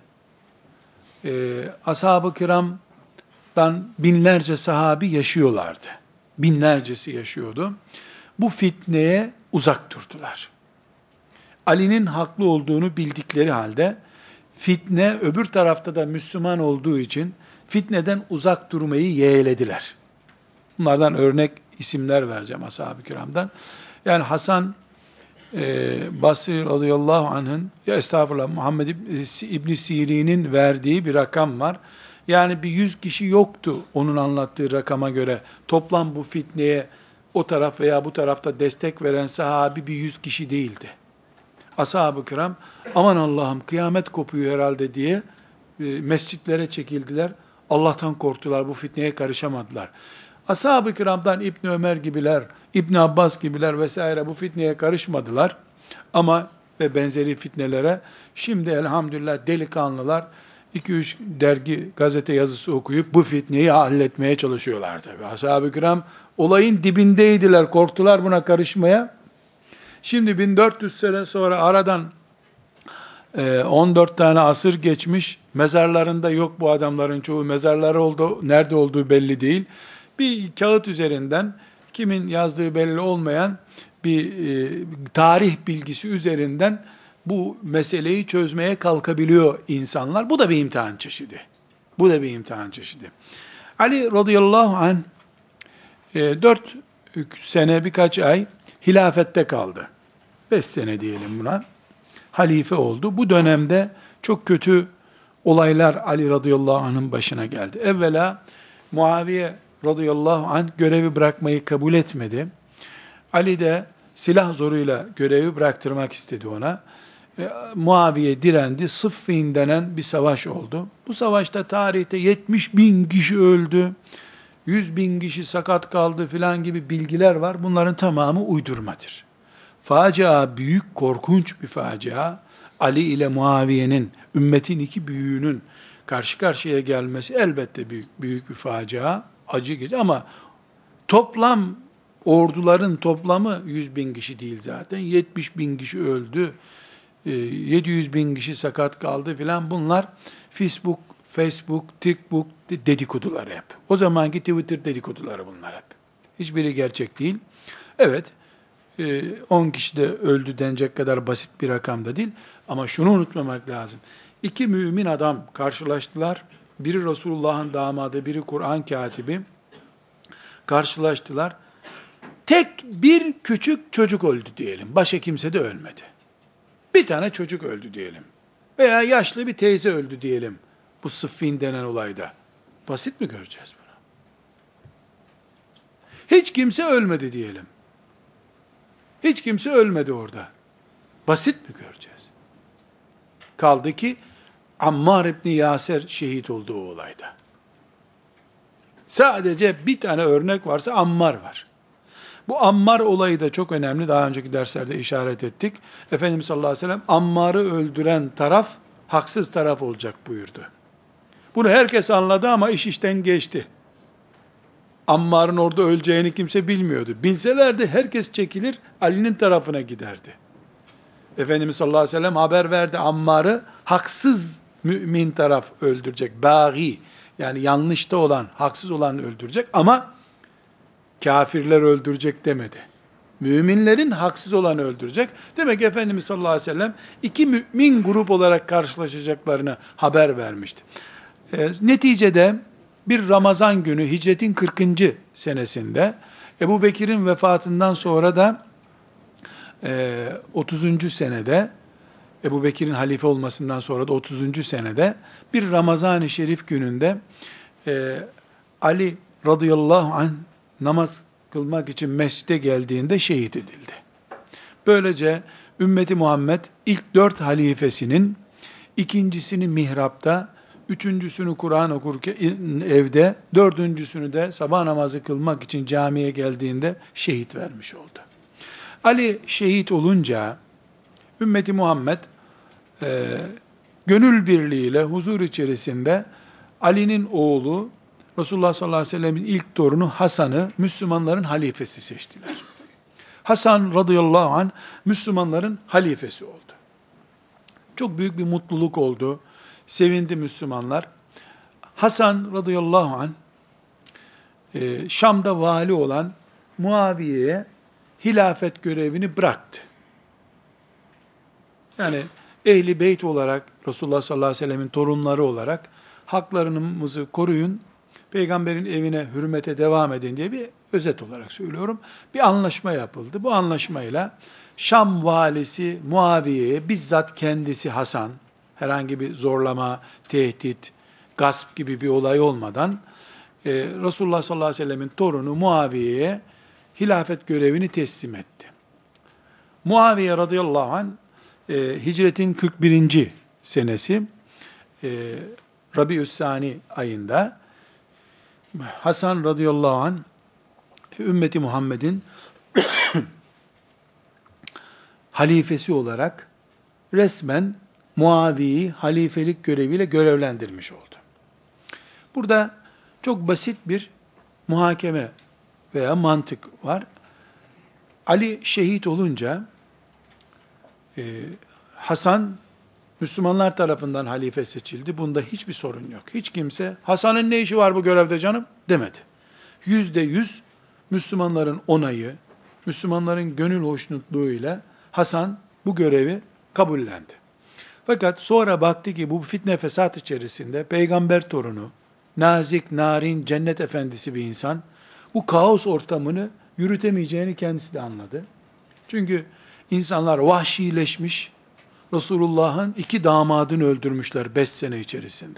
E, Ashab-ı kiramdan binlerce sahabi yaşıyorlardı. Binlercesi yaşıyordu. Bu fitneye uzak durdular. Ali'nin haklı olduğunu bildikleri halde, fitne öbür tarafta da Müslüman olduğu için fitneden uzak durmayı yeğlediler. Bunlardan örnek isimler vereceğim ashab-ı kiramdan. Yani Hasan e, Basri radıyallahu anh'ın, ya estağfurullah, Muhammed İbn Sirin'in verdiği bir rakam var. Yani bir yüz kişi yoktu onun anlattığı rakama göre. Toplam bu fitneye o taraf veya bu tarafta destek veren sahabi bir yüz kişi değildi. Ashab-ı kiram aman Allah'ım kıyamet kopuyor herhalde diye e, mescitlere çekildiler. Allah'tan korktular, bu fitneye karışamadılar. Ashab-ı kiramdan İbn Ömer gibiler, İbn Abbas gibiler vesaire bu fitneye karışmadılar. Ama ve benzeri fitnelere şimdi elhamdülillah delikanlılar iki üç dergi, gazete yazısı okuyup bu fitneyi halletmeye çalışıyorlar tabi. Ashab-ı kiram olayın dibindeydiler, korktular buna karışmaya. Şimdi bin dört yüz sene sonra aradan on dört tane asır geçmiş, mezarlarında yok bu adamların çoğu, mezarları oldu, nerede olduğu belli değil. Bir kağıt üzerinden, kimin yazdığı belli olmayan bir e, tarih bilgisi üzerinden bu meseleyi çözmeye kalkabiliyor insanlar. Bu da bir imtihan çeşidi. Bu da bir imtihan çeşidi. Ali radıyallahu anh e, dört sene birkaç ay hilafette kaldı. Beş sene diyelim buna. Halife oldu. Bu dönemde çok kötü olaylar Ali radıyallahu anh'ın başına geldi. Evvela Muaviye radıyallahu anh görevi bırakmayı kabul etmedi. Ali de silah zoruyla görevi bıraktırmak istedi ona. E, Muaviye direndi. Sıffin denen bir savaş oldu. Bu savaşta tarihte yetmiş bin kişi öldü. yüz bin kişi sakat kaldı filan gibi bilgiler var. Bunların tamamı uydurmadır. Facia büyük, korkunç bir facia. Ali ile Muaviye'nin, ümmetin iki büyüğünün karşı karşıya gelmesi elbette büyük büyük bir facia, acı gece ama toplam orduların toplamı yüz bin kişi değil zaten. yetmiş bin kişi öldü, yedi yüz bin kişi sakat kaldı filan. Bunlar Facebook, Facebook, TikTok dedikoduları hep. O zamanki Twitter dedikoduları bunlar hep. Hiçbiri gerçek değil. Evet, on kişi de öldü denecek kadar basit bir rakam da değil. Ama şunu unutmamak lazım. İki mümin adam karşılaştılar. Biri Resulullah'ın damadı, biri Kur'an katibi. Karşılaştılar. Tek bir küçük çocuk öldü diyelim. Başka kimse de ölmedi. Bir tane çocuk öldü diyelim. Veya yaşlı bir teyze öldü diyelim. Bu Sıffin denen olayda. Basit mi göreceğiz bunu? Hiç kimse ölmedi diyelim. Hiç kimse ölmedi orada. Basit mi göreceğiz? Kaldı ki Ammar İbni Yaser şehit olduğu olayda. Sadece bir tane örnek varsa Ammar var. Bu Ammar olayı da çok önemli. Daha önceki derslerde işaret ettik. Efendimiz sallallahu aleyhi ve sellem Ammar'ı öldüren taraf haksız taraf olacak buyurdu. Bunu herkes anladı ama iş işten geçti. Ammar'ın orada öleceğini kimse bilmiyordu. Bilselerdi herkes çekilir, Ali'nin tarafına giderdi. Efendimiz sallallahu aleyhi ve sellem haber verdi, Ammar'ı haksız mümin taraf öldürecek. Bâgî, yani yanlışta olan, haksız olanı öldürecek ama kafirler öldürecek demedi. Müminlerin haksız olanı öldürecek. Demek ki Efendimiz sallallahu aleyhi ve sellem iki mümin grup olarak karşılaşacaklarını haber vermişti. E, neticede bir Ramazan günü hicretin kırkıncı senesinde Ebu Bekir'in vefatından sonra da e, otuzuncu senede Ebu Bekir'in halife olmasından sonra da otuzuncu senede bir Ramazan-ı Şerif gününde e, Ali radıyallahu anh namaz kılmak için mescide geldiğinde şehit edildi. Böylece ümmeti Muhammed ilk dört halifesinin ikincisini mihrapta, üçüncüsünü Kur'an okurken evde, dördüncüsünü de sabah namazı kılmak için camiye geldiğinde şehit vermiş oldu. Ali şehit olunca ümmeti Muhammed e, gönül birliğiyle huzur içerisinde Ali'nin oğlu Resulullah sallallahu aleyhi ve sellemin ilk torunu Hasan'ı Müslümanların halifesi seçtiler. Hasan radıyallahu anh Müslümanların halifesi oldu. Çok büyük bir mutluluk oldu. Sevindi Müslümanlar. Hasan radıyallahu anh e, Şam'da vali olan Muaviye'ye hilafet görevini bıraktı. Yani ehli beyt olarak Resulullah sallallahu aleyhi ve sellemin torunları olarak haklarınızı koruyun, peygamberin evine hürmete devam edin diye bir özet olarak söylüyorum. Bir anlaşma yapıldı. Bu anlaşmayla Şam valisi Muaviye'ye bizzat kendisi Hasan, herhangi bir zorlama, tehdit, gasp gibi bir olay olmadan e, Resulullah sallallahu aleyhi ve sellemin torunu Muaviye'ye hilafet görevini teslim etti. Muaviye radıyallahu anh e, hicretin kırk birinci senesi e, Rabiü's-Sani ayında Hasan radıyallahu anh ümmeti Muhammed'in halifesi olarak resmen Muaviye'yi halifelik göreviyle görevlendirmiş oldu. Burada çok basit bir muhakeme veya mantık var. Ali şehit olunca e, Hasan Müslümanlar tarafından halife seçildi. Bunda hiçbir sorun yok. Hiç kimse Hasan'ın ne işi var bu görevde canım demedi. Yüzde yüz Müslümanların onayı, Müslümanların gönül hoşnutluğuyla Hasan bu görevi kabullendi. Fakat sonra baktı ki bu fitne fesat içerisinde peygamber torunu, nazik, narin, cennet efendisi bir insan, bu kaos ortamını yürütemeyeceğini kendisi de anladı. Çünkü insanlar vahşileşmiş, Resulullah'ın iki damadını öldürmüşler beş sene içerisinde.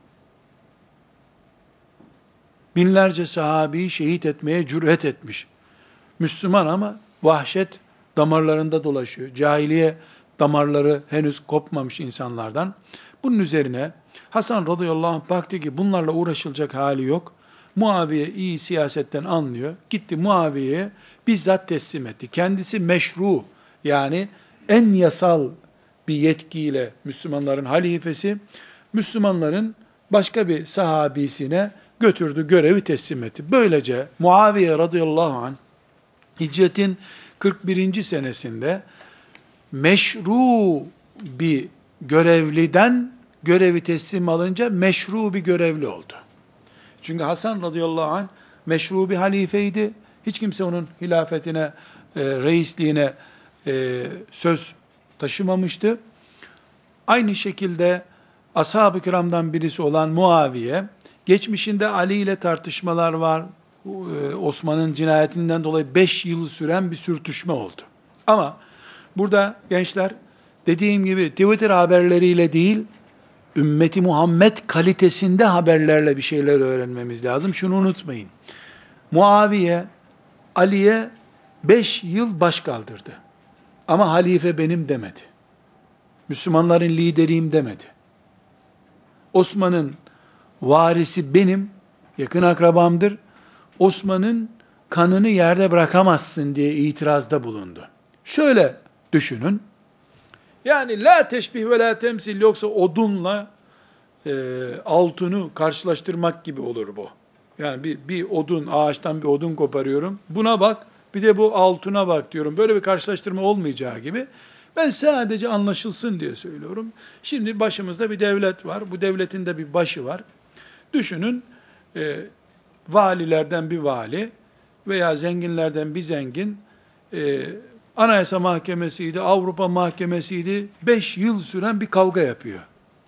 Binlerce sahabeyi şehit etmeye cüret etmiş. Müslüman ama vahşet damarlarında dolaşıyor. Cahiliye damarları henüz kopmamış insanlardan. Bunun üzerine Hasan radıyallahu anh baktı ki bunlarla uğraşılacak hali yok. Muaviye iyi siyasetten anlıyor. Gitti Muaviye'ye bizzat teslim etti. Kendisi meşru, yani en yasal bir yetkiyle Müslümanların halifesi, Müslümanların başka bir sahabisine götürdü, görevi teslim etti. Böylece Muaviye radıyallahu anh hicretin kırk birinci senesinde meşru bir görevliden görevi teslim alınca meşru bir görevli oldu. Çünkü Hasan radıyallahu anh meşru bir halifeydi. Hiç kimse onun hilafetine, e, reisliğine e, söz taşımamıştı. Aynı şekilde ashab-ı kiramdan birisi olan Muaviye, geçmişinde Ali ile tartışmalar var. Osman'ın cinayetinden dolayı beş yıl süren bir sürtüşme oldu. Ama burada gençler, dediğim gibi Twitter haberleriyle değil, ümmeti Muhammed kalitesinde haberlerle bir şeyler öğrenmemiz lazım. Şunu unutmayın. Muaviye, Ali'ye beş yıl baş kaldırdı. Ama halife benim demedi. Müslümanların lideriyim demedi. Osman'ın varisi benim, yakın akrabamdır. Osman'ın kanını yerde bırakamazsın diye itirazda bulundu. Şöyle düşünün. Yani la teşbih ve la temsil, yoksa odunla e, altını karşılaştırmak gibi olur bu. Yani bir, bir odun, ağaçtan bir odun koparıyorum. Buna bak, bir de bu altına bak diyorum. Böyle bir karşılaştırma olmayacağı gibi. Ben sadece anlaşılsın diye söylüyorum. Şimdi başımızda bir devlet var. Bu devletin de bir başı var. Düşünün, e, valilerden bir vali veya zenginlerden bir zengin e, Anayasa Mahkemesi'ydi, Avrupa Mahkemesi'ydi, beş yıl süren bir kavga yapıyor.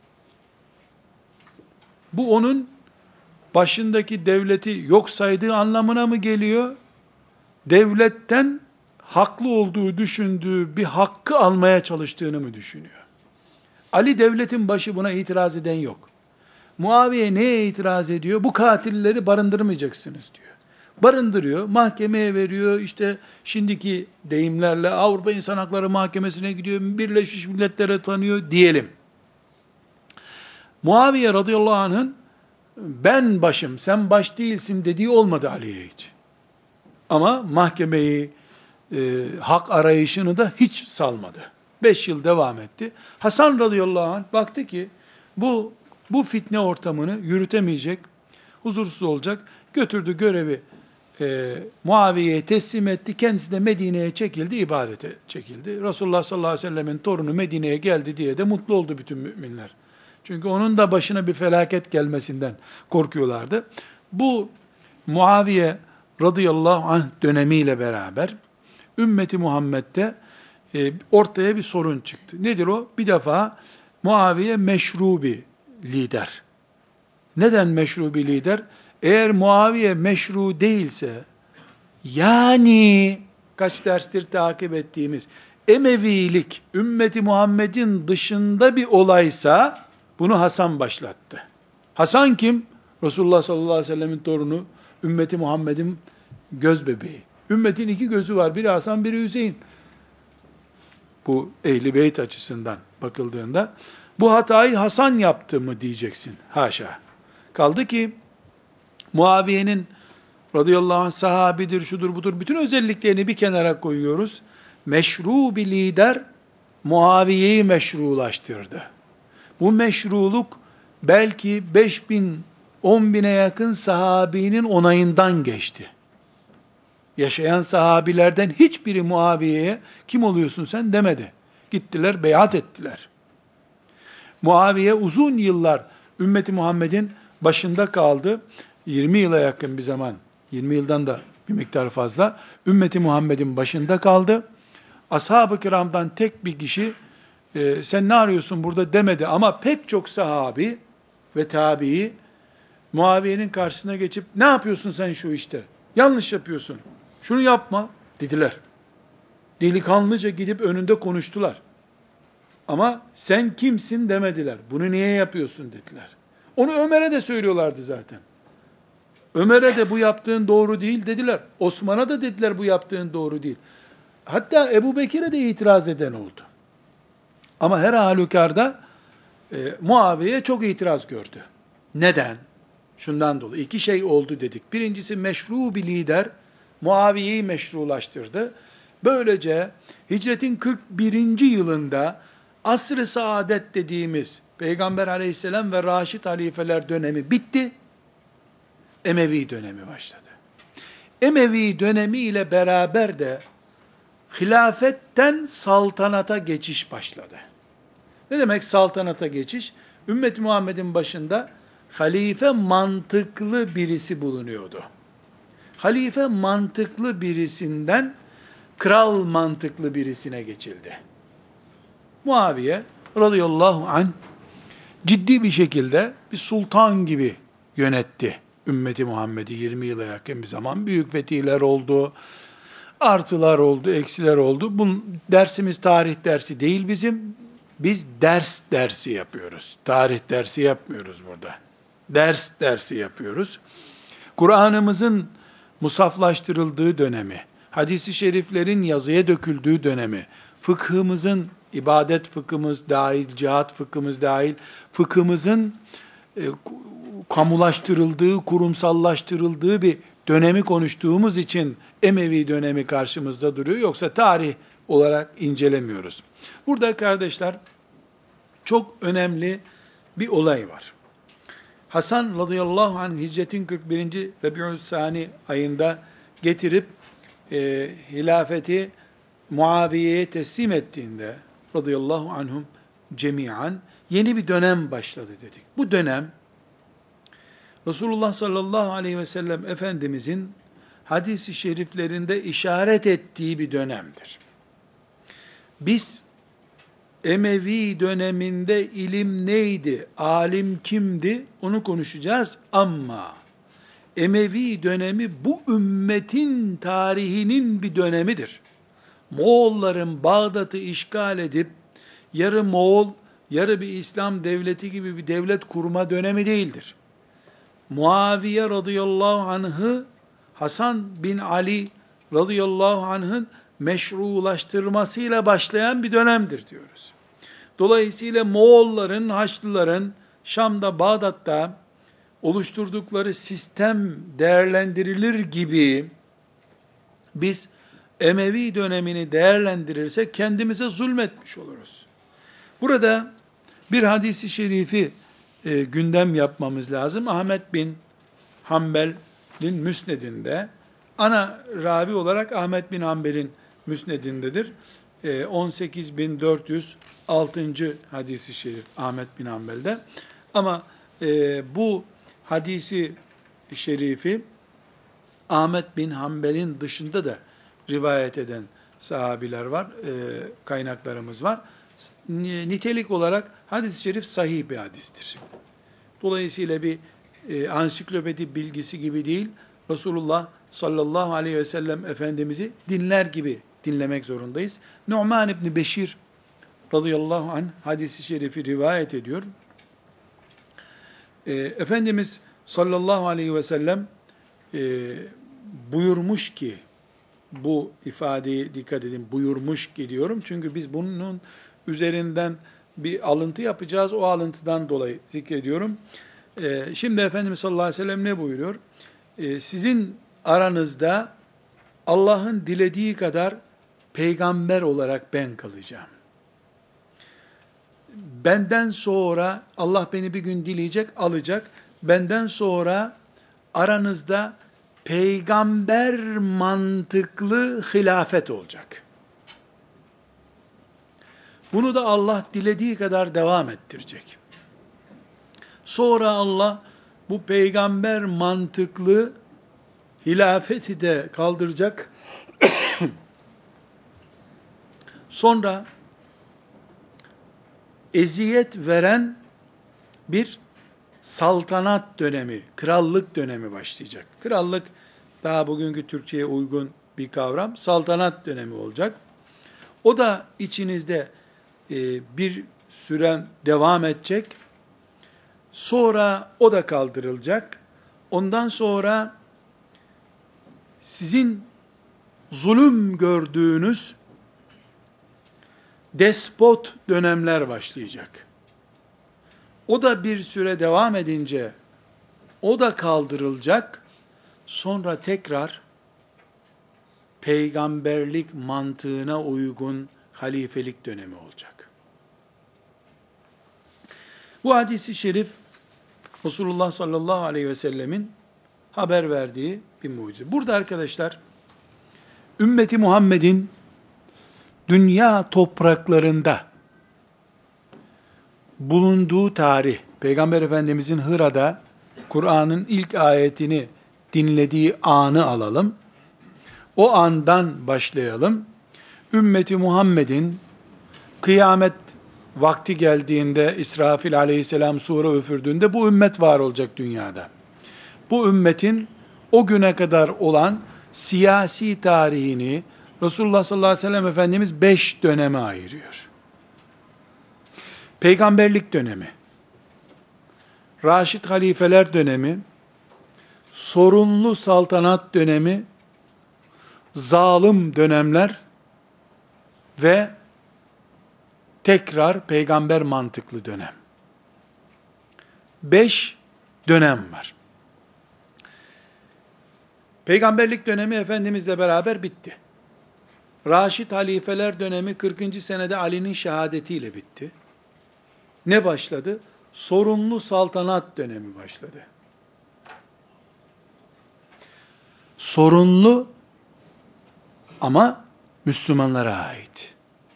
Bu onun başındaki devleti yok saydığı anlamına mı geliyor? Devletten haklı olduğu düşündüğü bir hakkı almaya çalıştığını mı düşünüyor? Ali devletin başı, buna itiraz eden yok. Muaviye neye itiraz ediyor? Bu katilleri barındırmayacaksınız diyor. Barındırıyor, mahkemeye veriyor, işte şimdiki deyimlerle Avrupa İnsan Hakları Mahkemesi'ne gidiyor, Birleşmiş Milletler'e tanıyor diyelim. Muaviye radıyallahu anh'ın ben başım, sen baş değilsin dediği olmadı Ali'ye hiç. Ama mahkemeyi, e, hak arayışını da hiç salmadı. Beş yıl devam etti. Hasan radıyallahu anh baktı ki bu bu fitne ortamını yürütemeyecek, huzursuz olacak. Götürdü görevi e, Muaviye'ye teslim etti. Kendisi de Medine'ye çekildi, ibadete çekildi. Resulullah sallallahu aleyhi ve sellemin torunu Medine'ye geldi diye de mutlu oldu bütün müminler. Çünkü onun da başına bir felaket gelmesinden korkuyorlardı. Bu Muaviye radıyallahu anh dönemiyle beraber ümmeti Muhammed'de e, ortaya bir sorun çıktı. Nedir o? Bir defa Muaviye meşru bir lider. Neden meşru bir lider? Eğer Muaviye meşru değilse, yani kaç derstir takip ettiğimiz Emevilik ümmeti Muhammed'in dışında bir olaysa, bunu Hasan başlattı. Hasan kim? Resulullah sallallahu aleyhi ve sellemin torunu, ümmeti Muhammed'in göz bebeği. Ümmetin iki gözü var, biri Hasan, biri Hüseyin. Bu Ehl-i Beyt açısından bakıldığında, bu hatayı Hasan yaptı mı diyeceksin. Haşa. Kaldı ki, Muaviye'nin radıyallahu anh sahabidir, şudur budur, bütün özelliklerini bir kenara koyuyoruz. Meşru bir lider, Muaviye'yi meşrulaştırdı. Bu meşruluk, belki beş bin, on bine yakın sahabinin onayından geçti. Yaşayan sahabilerden hiçbiri Muaviye'ye, kim oluyorsun sen demedi. Gittiler, beyat ettiler. Muaviye uzun yıllar ümmeti Muhammed'in başında kaldı. yirmi yıla yakın bir zaman, yirmi yıldan da bir miktar fazla, ümmeti Muhammed'in başında kaldı. Ashab-ı kiramdan tek bir kişi, e, sen ne arıyorsun burada demedi, ama pek çok sahabi ve tabii, Muaviye'nin karşısına geçip, ne yapıyorsun sen şu işte, yanlış yapıyorsun, şunu yapma dediler. Delikanlıca gidip önünde konuştular. Ama sen kimsin demediler. Bunu niye yapıyorsun dediler. Onu Ömer'e de söylüyorlardı zaten. Ömer'e de bu yaptığın doğru değil dediler. Osman'a da dediler bu yaptığın doğru değil. Hatta Ebu Bekir'e de itiraz eden oldu. Ama her halükarda e, Muaviye çok itiraz gördü. Neden? Şundan dolayı. İki şey oldu dedik. Birincisi, meşru bir lider Muaviye'yi meşrulaştırdı. Böylece hicretin kırk birinci yılında asr-ı saadet dediğimiz Peygamber aleyhisselam ve Raşid halifeler dönemi bitti. Emevi dönemi başladı. Emevi dönemi ile beraber de hilafetten saltanata geçiş başladı. Ne demek saltanata geçiş? Ümmet-i Muhammed'in başında halife mantıklı birisi bulunuyordu. Halife mantıklı birisinden kral mantıklı birisine geçildi. Muaviye radıyallahu anh ciddi bir şekilde bir sultan gibi yönetti ümmeti Muhammed'i yirmi yıla yakın bir zaman. Büyük fetihler oldu, artılar oldu, eksiler oldu. Bunun dersimiz tarih dersi değil bizim. Biz ders dersi yapıyoruz. Tarih dersi yapmıyoruz burada. Ders dersi yapıyoruz. Kur'an'ımızın musaflaştırıldığı dönemi, hadis-i şeriflerin yazıya döküldüğü dönemi, fıkhımızın, ibadet fıkhımız dahil, cihat fıkhımız dahil, fıkhımızın e, kamulaştırıldığı, kurumsallaştırıldığı bir dönemi konuştuğumuz için Emevi dönemi karşımızda duruyor. Yoksa tarih olarak incelemiyoruz. Burada kardeşler, çok önemli bir olay var. Hasan radıyallahu anh hicretin kırk birinci Rebi'ül-Sani ayında getirip e, hilafeti Muaviye'ye teslim ettiğinde radıyallahu anhum cemiyan yeni bir dönem başladı dedik. Bu dönem Resulullah sallallahu aleyhi ve sellem Efendimizin hadis-i şeriflerinde işaret ettiği bir dönemdir. Biz Emevi döneminde ilim neydi, alim kimdi onu konuşacağız ama Emevi dönemi bu ümmetin tarihinin bir dönemidir. Moğolların Bağdat'ı işgal edip yarı Moğol, yarı bir İslam devleti gibi bir devlet kurma dönemi değildir. Muaviye radıyallahu anh'ı Hasan bin Ali radıyallahu anh'ın meşrulaştırmasıyla başlayan bir dönemdir diyoruz. Dolayısıyla Moğolların, Haçlıların Şam'da, Bağdat'ta oluşturdukları sistem değerlendirilir gibi biz Emevi dönemini değerlendirirsek kendimize zulmetmiş oluruz. Burada bir hadisi şerifi e, gündem yapmamız lazım. Ahmet bin Hanbel'in müsnedinde, ana ravi olarak Ahmet bin Hanbel'in müsnedindedir. E, on sekiz bin dört yüz altıncı hadisi şerif Ahmet bin Hanbel'de. Ama e, bu hadisi şerifi Ahmet bin Hanbel'in dışında da rivayet eden sahabiler var, e, kaynaklarımız var. Nitelik olarak hadis-i şerif sahih bir hadistir. Dolayısıyla bir e, ansiklopedi bilgisi gibi değil, Resulullah sallallahu aleyhi ve sellem Efendimiz'i dinler gibi dinlemek zorundayız. Nu'man İbni Beşir radıyallahu anh hadis-i şerifi rivayet ediyor. E, Efendimiz sallallahu aleyhi ve sellem e, buyurmuş ki, bu ifadeye dikkat edin, buyurmuş ki diyorum. Çünkü biz bunun üzerinden bir alıntı yapacağız. O alıntıdan dolayı zikrediyorum. Ee, şimdi Efendimiz sallallahu aleyhi ve sellem ne buyuruyor? Ee, sizin aranızda Allah'ın dilediği kadar peygamber olarak ben kalacağım. Benden sonra Allah beni bir gün dileyecek, alacak. Benden sonra aranızda peygamber mantıklı hilafet olacak. Bunu da Allah dilediği kadar devam ettirecek. Sonra Allah bu peygamber mantıklı hilafeti de kaldıracak. Sonra eziyet veren bir saltanat dönemi, krallık dönemi başlayacak. Krallık daha bugünkü Türkçe'ye uygun bir kavram. Saltanat dönemi olacak. O da içinizde e, bir süren devam edecek. Sonra o da kaldırılacak. Ondan sonra sizin zulüm gördüğünüz despot dönemler başlayacak. O da bir süre devam edince o da kaldırılacak. Sonra tekrar peygamberlik mantığına uygun halifelik dönemi olacak. Bu hadis-i şerif Resulullah sallallahu aleyhi ve sellemin haber verdiği bir mucize. Burada arkadaşlar ümmeti Muhammed'in dünya topraklarında bulunduğu tarih, Peygamber Efendimizin Hıra'da Kur'an'ın ilk ayetini dinlediği anı alalım. O andan başlayalım. Ümmeti Muhammed'in kıyamet vakti geldiğinde, İsrafil aleyhisselam sura üfürdüğünde bu ümmet var olacak dünyada. Bu ümmetin o güne kadar olan siyasi tarihini Resulullah sallallahu aleyhi ve sellem Efendimiz beş döneme ayırıyor. Peygamberlik dönemi, Raşid halifeler dönemi, sorunlu saltanat dönemi, zalim dönemler ve tekrar peygamber mantıklı dönem. Beş dönem var. Peygamberlik dönemi Efendimizle beraber bitti. Raşid halifeler dönemi kırkıncı senede Ali'nin şehadetiyle bitti. Ne başladı? Sorunlu saltanat dönemi başladı. Sorunlu ama Müslümanlara ait.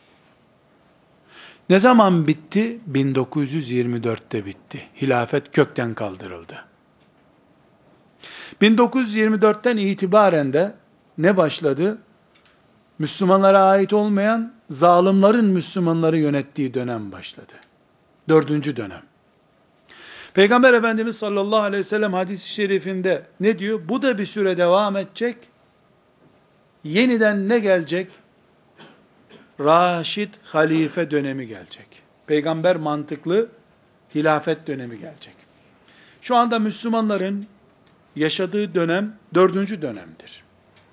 Ne zaman bitti? bin dokuz yüz yirmi dörtte bitti. Hilafet kökten kaldırıldı. bin dokuz yüz yirmi dörtten itibaren de ne başladı? Müslümanlara ait olmayan zalimlerin Müslümanları yönettiği dönem başladı. Dördüncü dönem. Peygamber Efendimiz sallallahu aleyhi ve sellem hadis-i şerifinde ne diyor? Bu da bir süre devam edecek. Yeniden ne gelecek? Raşid halife dönemi gelecek. Peygamber mantıklı hilafet dönemi gelecek. Şu anda Müslümanların yaşadığı dönem dördüncü dönemdir.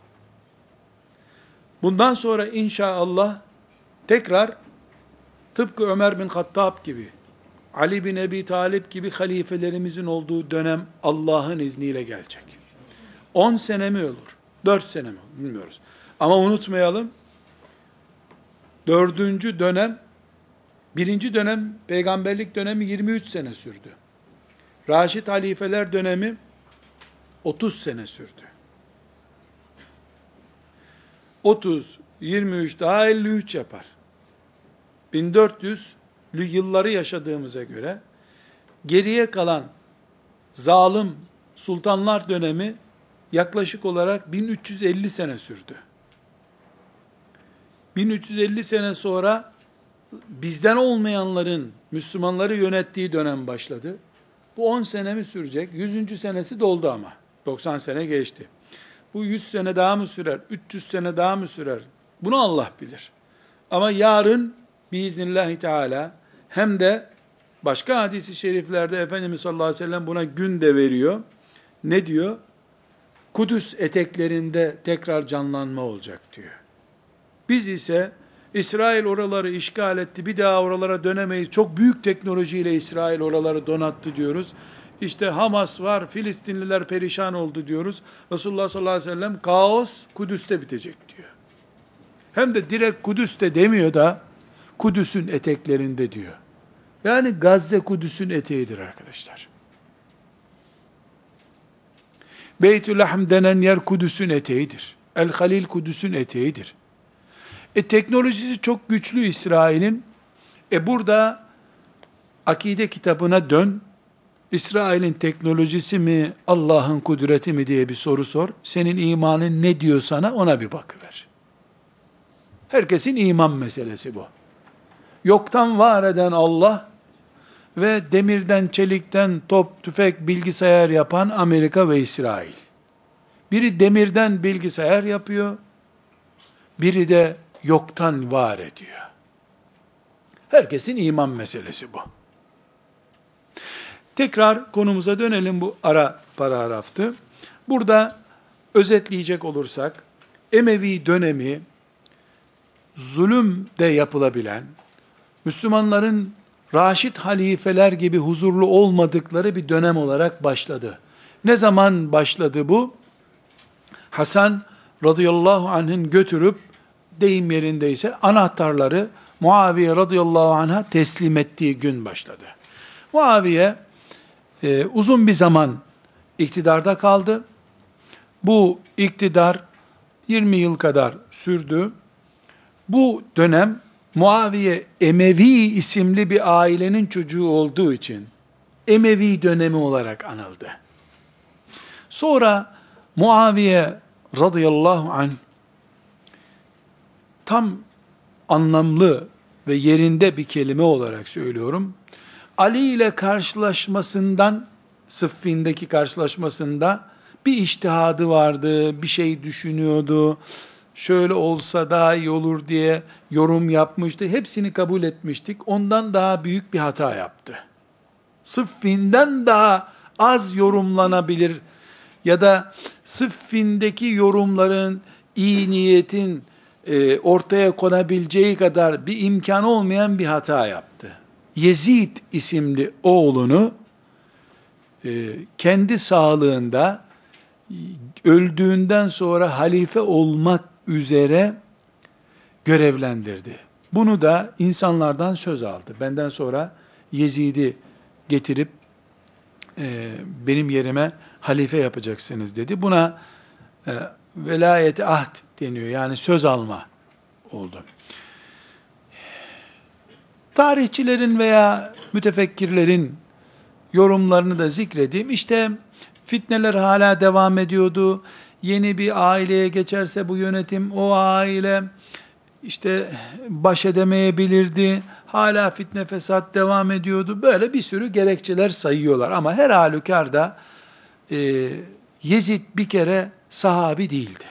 Bundan sonra inşallah tekrar tıpkı Ömer bin Hattab gibi, Ali bin Ebi Talib gibi halifelerimizin olduğu dönem Allah'ın izniyle gelecek. on sene mi olur? dört sene mi olur? Bilmiyoruz. Ama unutmayalım, dördüncü dönem, birinci dönem, peygamberlik dönemi yirmi üç sene sürdü. Raşid halifeler dönemi otuz sene sürdü. otuz, yirmi üç daha elli üç yapar. bin dört yüzlü yılları yaşadığımıza göre geriye kalan zalim sultanlar dönemi yaklaşık olarak bin üç yüz elli sene sürdü. bin üç yüz elli sene sonra bizden olmayanların Müslümanları yönettiği dönem başladı. Bu on sene mi sürecek? yüzüncü senesi doldu ama. doksan sene geçti. Bu yüz sene daha mı sürer? üç yüz sene daha mı sürer? Bunu Allah bilir. Ama yarın biiznillahü teala hem de başka hadis-i şeriflerde Efendimiz sallallahu aleyhi ve sellem buna gün de veriyor. Ne diyor? Kudüs eteklerinde tekrar canlanma olacak diyor. Biz ise İsrail oraları işgal etti, bir daha oralara dönemeyiz. Çok büyük teknolojiyle İsrail oraları donattı diyoruz. İşte Hamas var, Filistinliler perişan oldu diyoruz. Resulullah sallallahu aleyhi ve sellem kaos Kudüs'te bitecek diyor. Hem de direkt Kudüs'te demiyor da Kudüs'ün eteklerinde diyor. Yani Gazze Kudüs'ün eteğidir arkadaşlar. Beytülahm denen yer Kudüs'ün eteğidir. El-Halil Kudüs'ün eteğidir. E teknolojisi çok güçlü İsrail'in. E burada akide kitabına dön. İsrail'in teknolojisi mi, Allah'ın kudreti mi diye bir soru sor. Senin imanın ne diyor sana, ona bir bakıver. Herkesin iman meselesi bu. Yoktan var eden Allah ve demirden, çelikten top, tüfek, bilgisayar yapan Amerika ve İsrail. Biri demirden bilgisayar yapıyor, biri de yoktan var ediyor. Herkesin iman meselesi bu. Tekrar konumuza dönelim, bu ara paragraftı. Burada özetleyecek olursak, Emevi dönemi, zulüm de yapılabilen, Müslümanların Raşid halifeler gibi huzurlu olmadıkları bir dönem olarak başladı. Ne zaman başladı bu? Hasan radıyallahu anh'ın götürüp, deyim yerindeyse, anahtarları Muaviye radıyallahu anh'a teslim ettiği gün başladı. Muaviye e, uzun bir zaman iktidarda kaldı. Bu iktidar yirmi yıl kadar sürdü. Bu dönem Muaviye Emevi isimli bir ailenin çocuğu olduğu için Emevi dönemi olarak anıldı. Sonra Muaviye radıyallahu anh tam anlamlı ve yerinde bir kelime olarak söylüyorum, Ali ile karşılaşmasından, Sıffin'deki karşılaşmasında bir içtihadı vardı, bir şey düşünüyordu, şöyle olsa daha iyi olur diye yorum yapmıştı. Hepsini kabul etmiştik. Ondan daha büyük bir hata yaptı. Sıffin'den daha az yorumlanabilir ya da Sıffin'deki yorumların, iyi niyetin e, ortaya konabileceği kadar bir imkan olmayan bir hata yaptı. Yezid isimli oğlunu e, kendi sağlığında öldüğünden sonra halife olmak üzere görevlendirdi. Bunu da insanlardan söz aldı. Benden sonra Yezid'i getirip e, benim yerime halife yapacaksınız dedi. Buna e, velayet-i ahd deniyor. Yani söz alma oldu. Tarihçilerin veya mütefekkirlerin yorumlarını da zikredeyim. İşte Fitneler hala devam ediyordu. Yeni bir aileye geçerse bu yönetim, o aile işte baş edemeyebilirdi. Hala fitne fesat devam ediyordu. Böyle bir sürü gerekçeler sayıyorlar. Ama her halükarda e, Yezid bir kere sahabi değildi.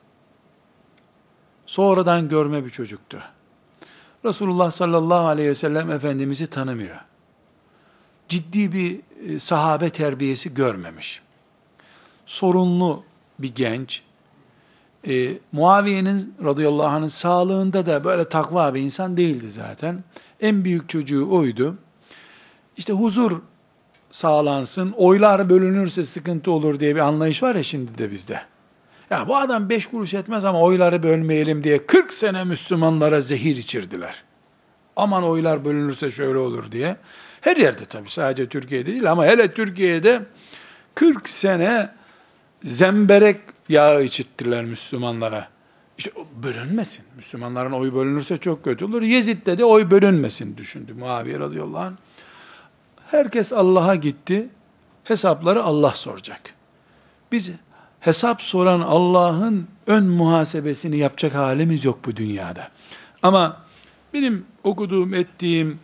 Sonradan görme bir çocuktu. Resulullah sallallahu aleyhi ve sellem Efendimiz'i tanımıyor. Ciddi bir e, sahabe terbiyesi görmemiş. Sorunlu bir genç. E, Muaviye'nin radıyallahu anh'ın sağlığında da böyle takva bir insan değildi zaten. En büyük çocuğu oydu. İşte huzur sağlansın, oylar bölünürse sıkıntı olur diye bir anlayış var ya şimdi de bizde. Ya bu adam beş kuruş etmez ama oyları bölmeyelim diye kırk sene Müslümanlara zehir içirdiler. Aman oylar bölünürse şöyle olur diye. Her yerde tabii, sadece Türkiye'de değil ama hele Türkiye'de kırk sene zemberek yağı içittiler Müslümanlara. İşte bölünmesin. Müslümanların oyu bölünürse çok kötü olur. Yezid'de de oy bölünmesin düşündü Muaviye radıyallahu anh. Herkes Allah'a gitti. Hesapları Allah soracak. Biz hesap soran Allah'ın ön muhasebesini yapacak halimiz yok bu dünyada. Ama benim okuduğum, ettiğim,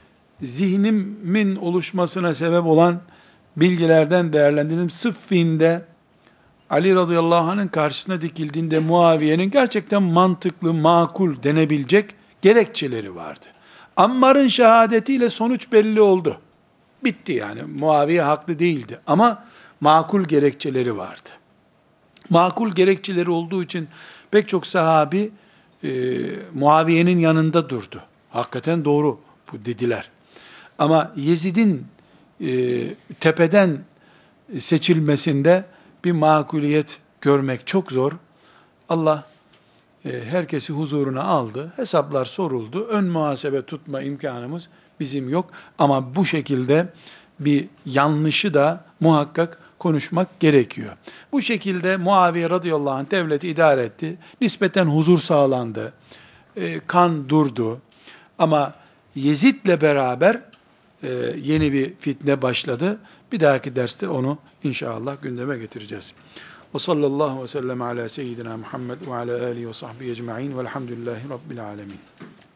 zihnimin oluşmasına sebep olan bilgilerden değerlendirdim. Sıffin'de Ali radıyallahu anh'ın karşısına dikildiğinde Muaviye'nin gerçekten mantıklı, makul denebilecek gerekçeleri vardı. Ammar'ın şehadetiyle sonuç belli oldu. Bitti yani. Muaviye haklı değildi. Ama makul gerekçeleri vardı. Makul gerekçeleri olduğu için pek çok sahabi e, Muaviye'nin yanında durdu. Hakikaten doğru bu dediler. Ama Yezid'in e, tepeden seçilmesinde bir makuliyet görmek çok zor. Allah e, herkesi huzuruna aldı. Hesaplar soruldu. Ön muhasebe tutma imkanımız bizim yok. Ama bu şekilde bir yanlışı da muhakkak konuşmak gerekiyor. Bu şekilde Muaviye radıyallahu anh devleti idare etti. Nispeten huzur sağlandı. E, kan durdu. Ama Yezid'le beraber e, yeni bir fitne başladı. Bir dahaki derste onu inşallah gündeme getireceğiz. Ve sallallahu ve sellem ala seyyidina Muhammed ve ala alihi ve sahbihi ecma'in velhamdülillahi rabbil alemin.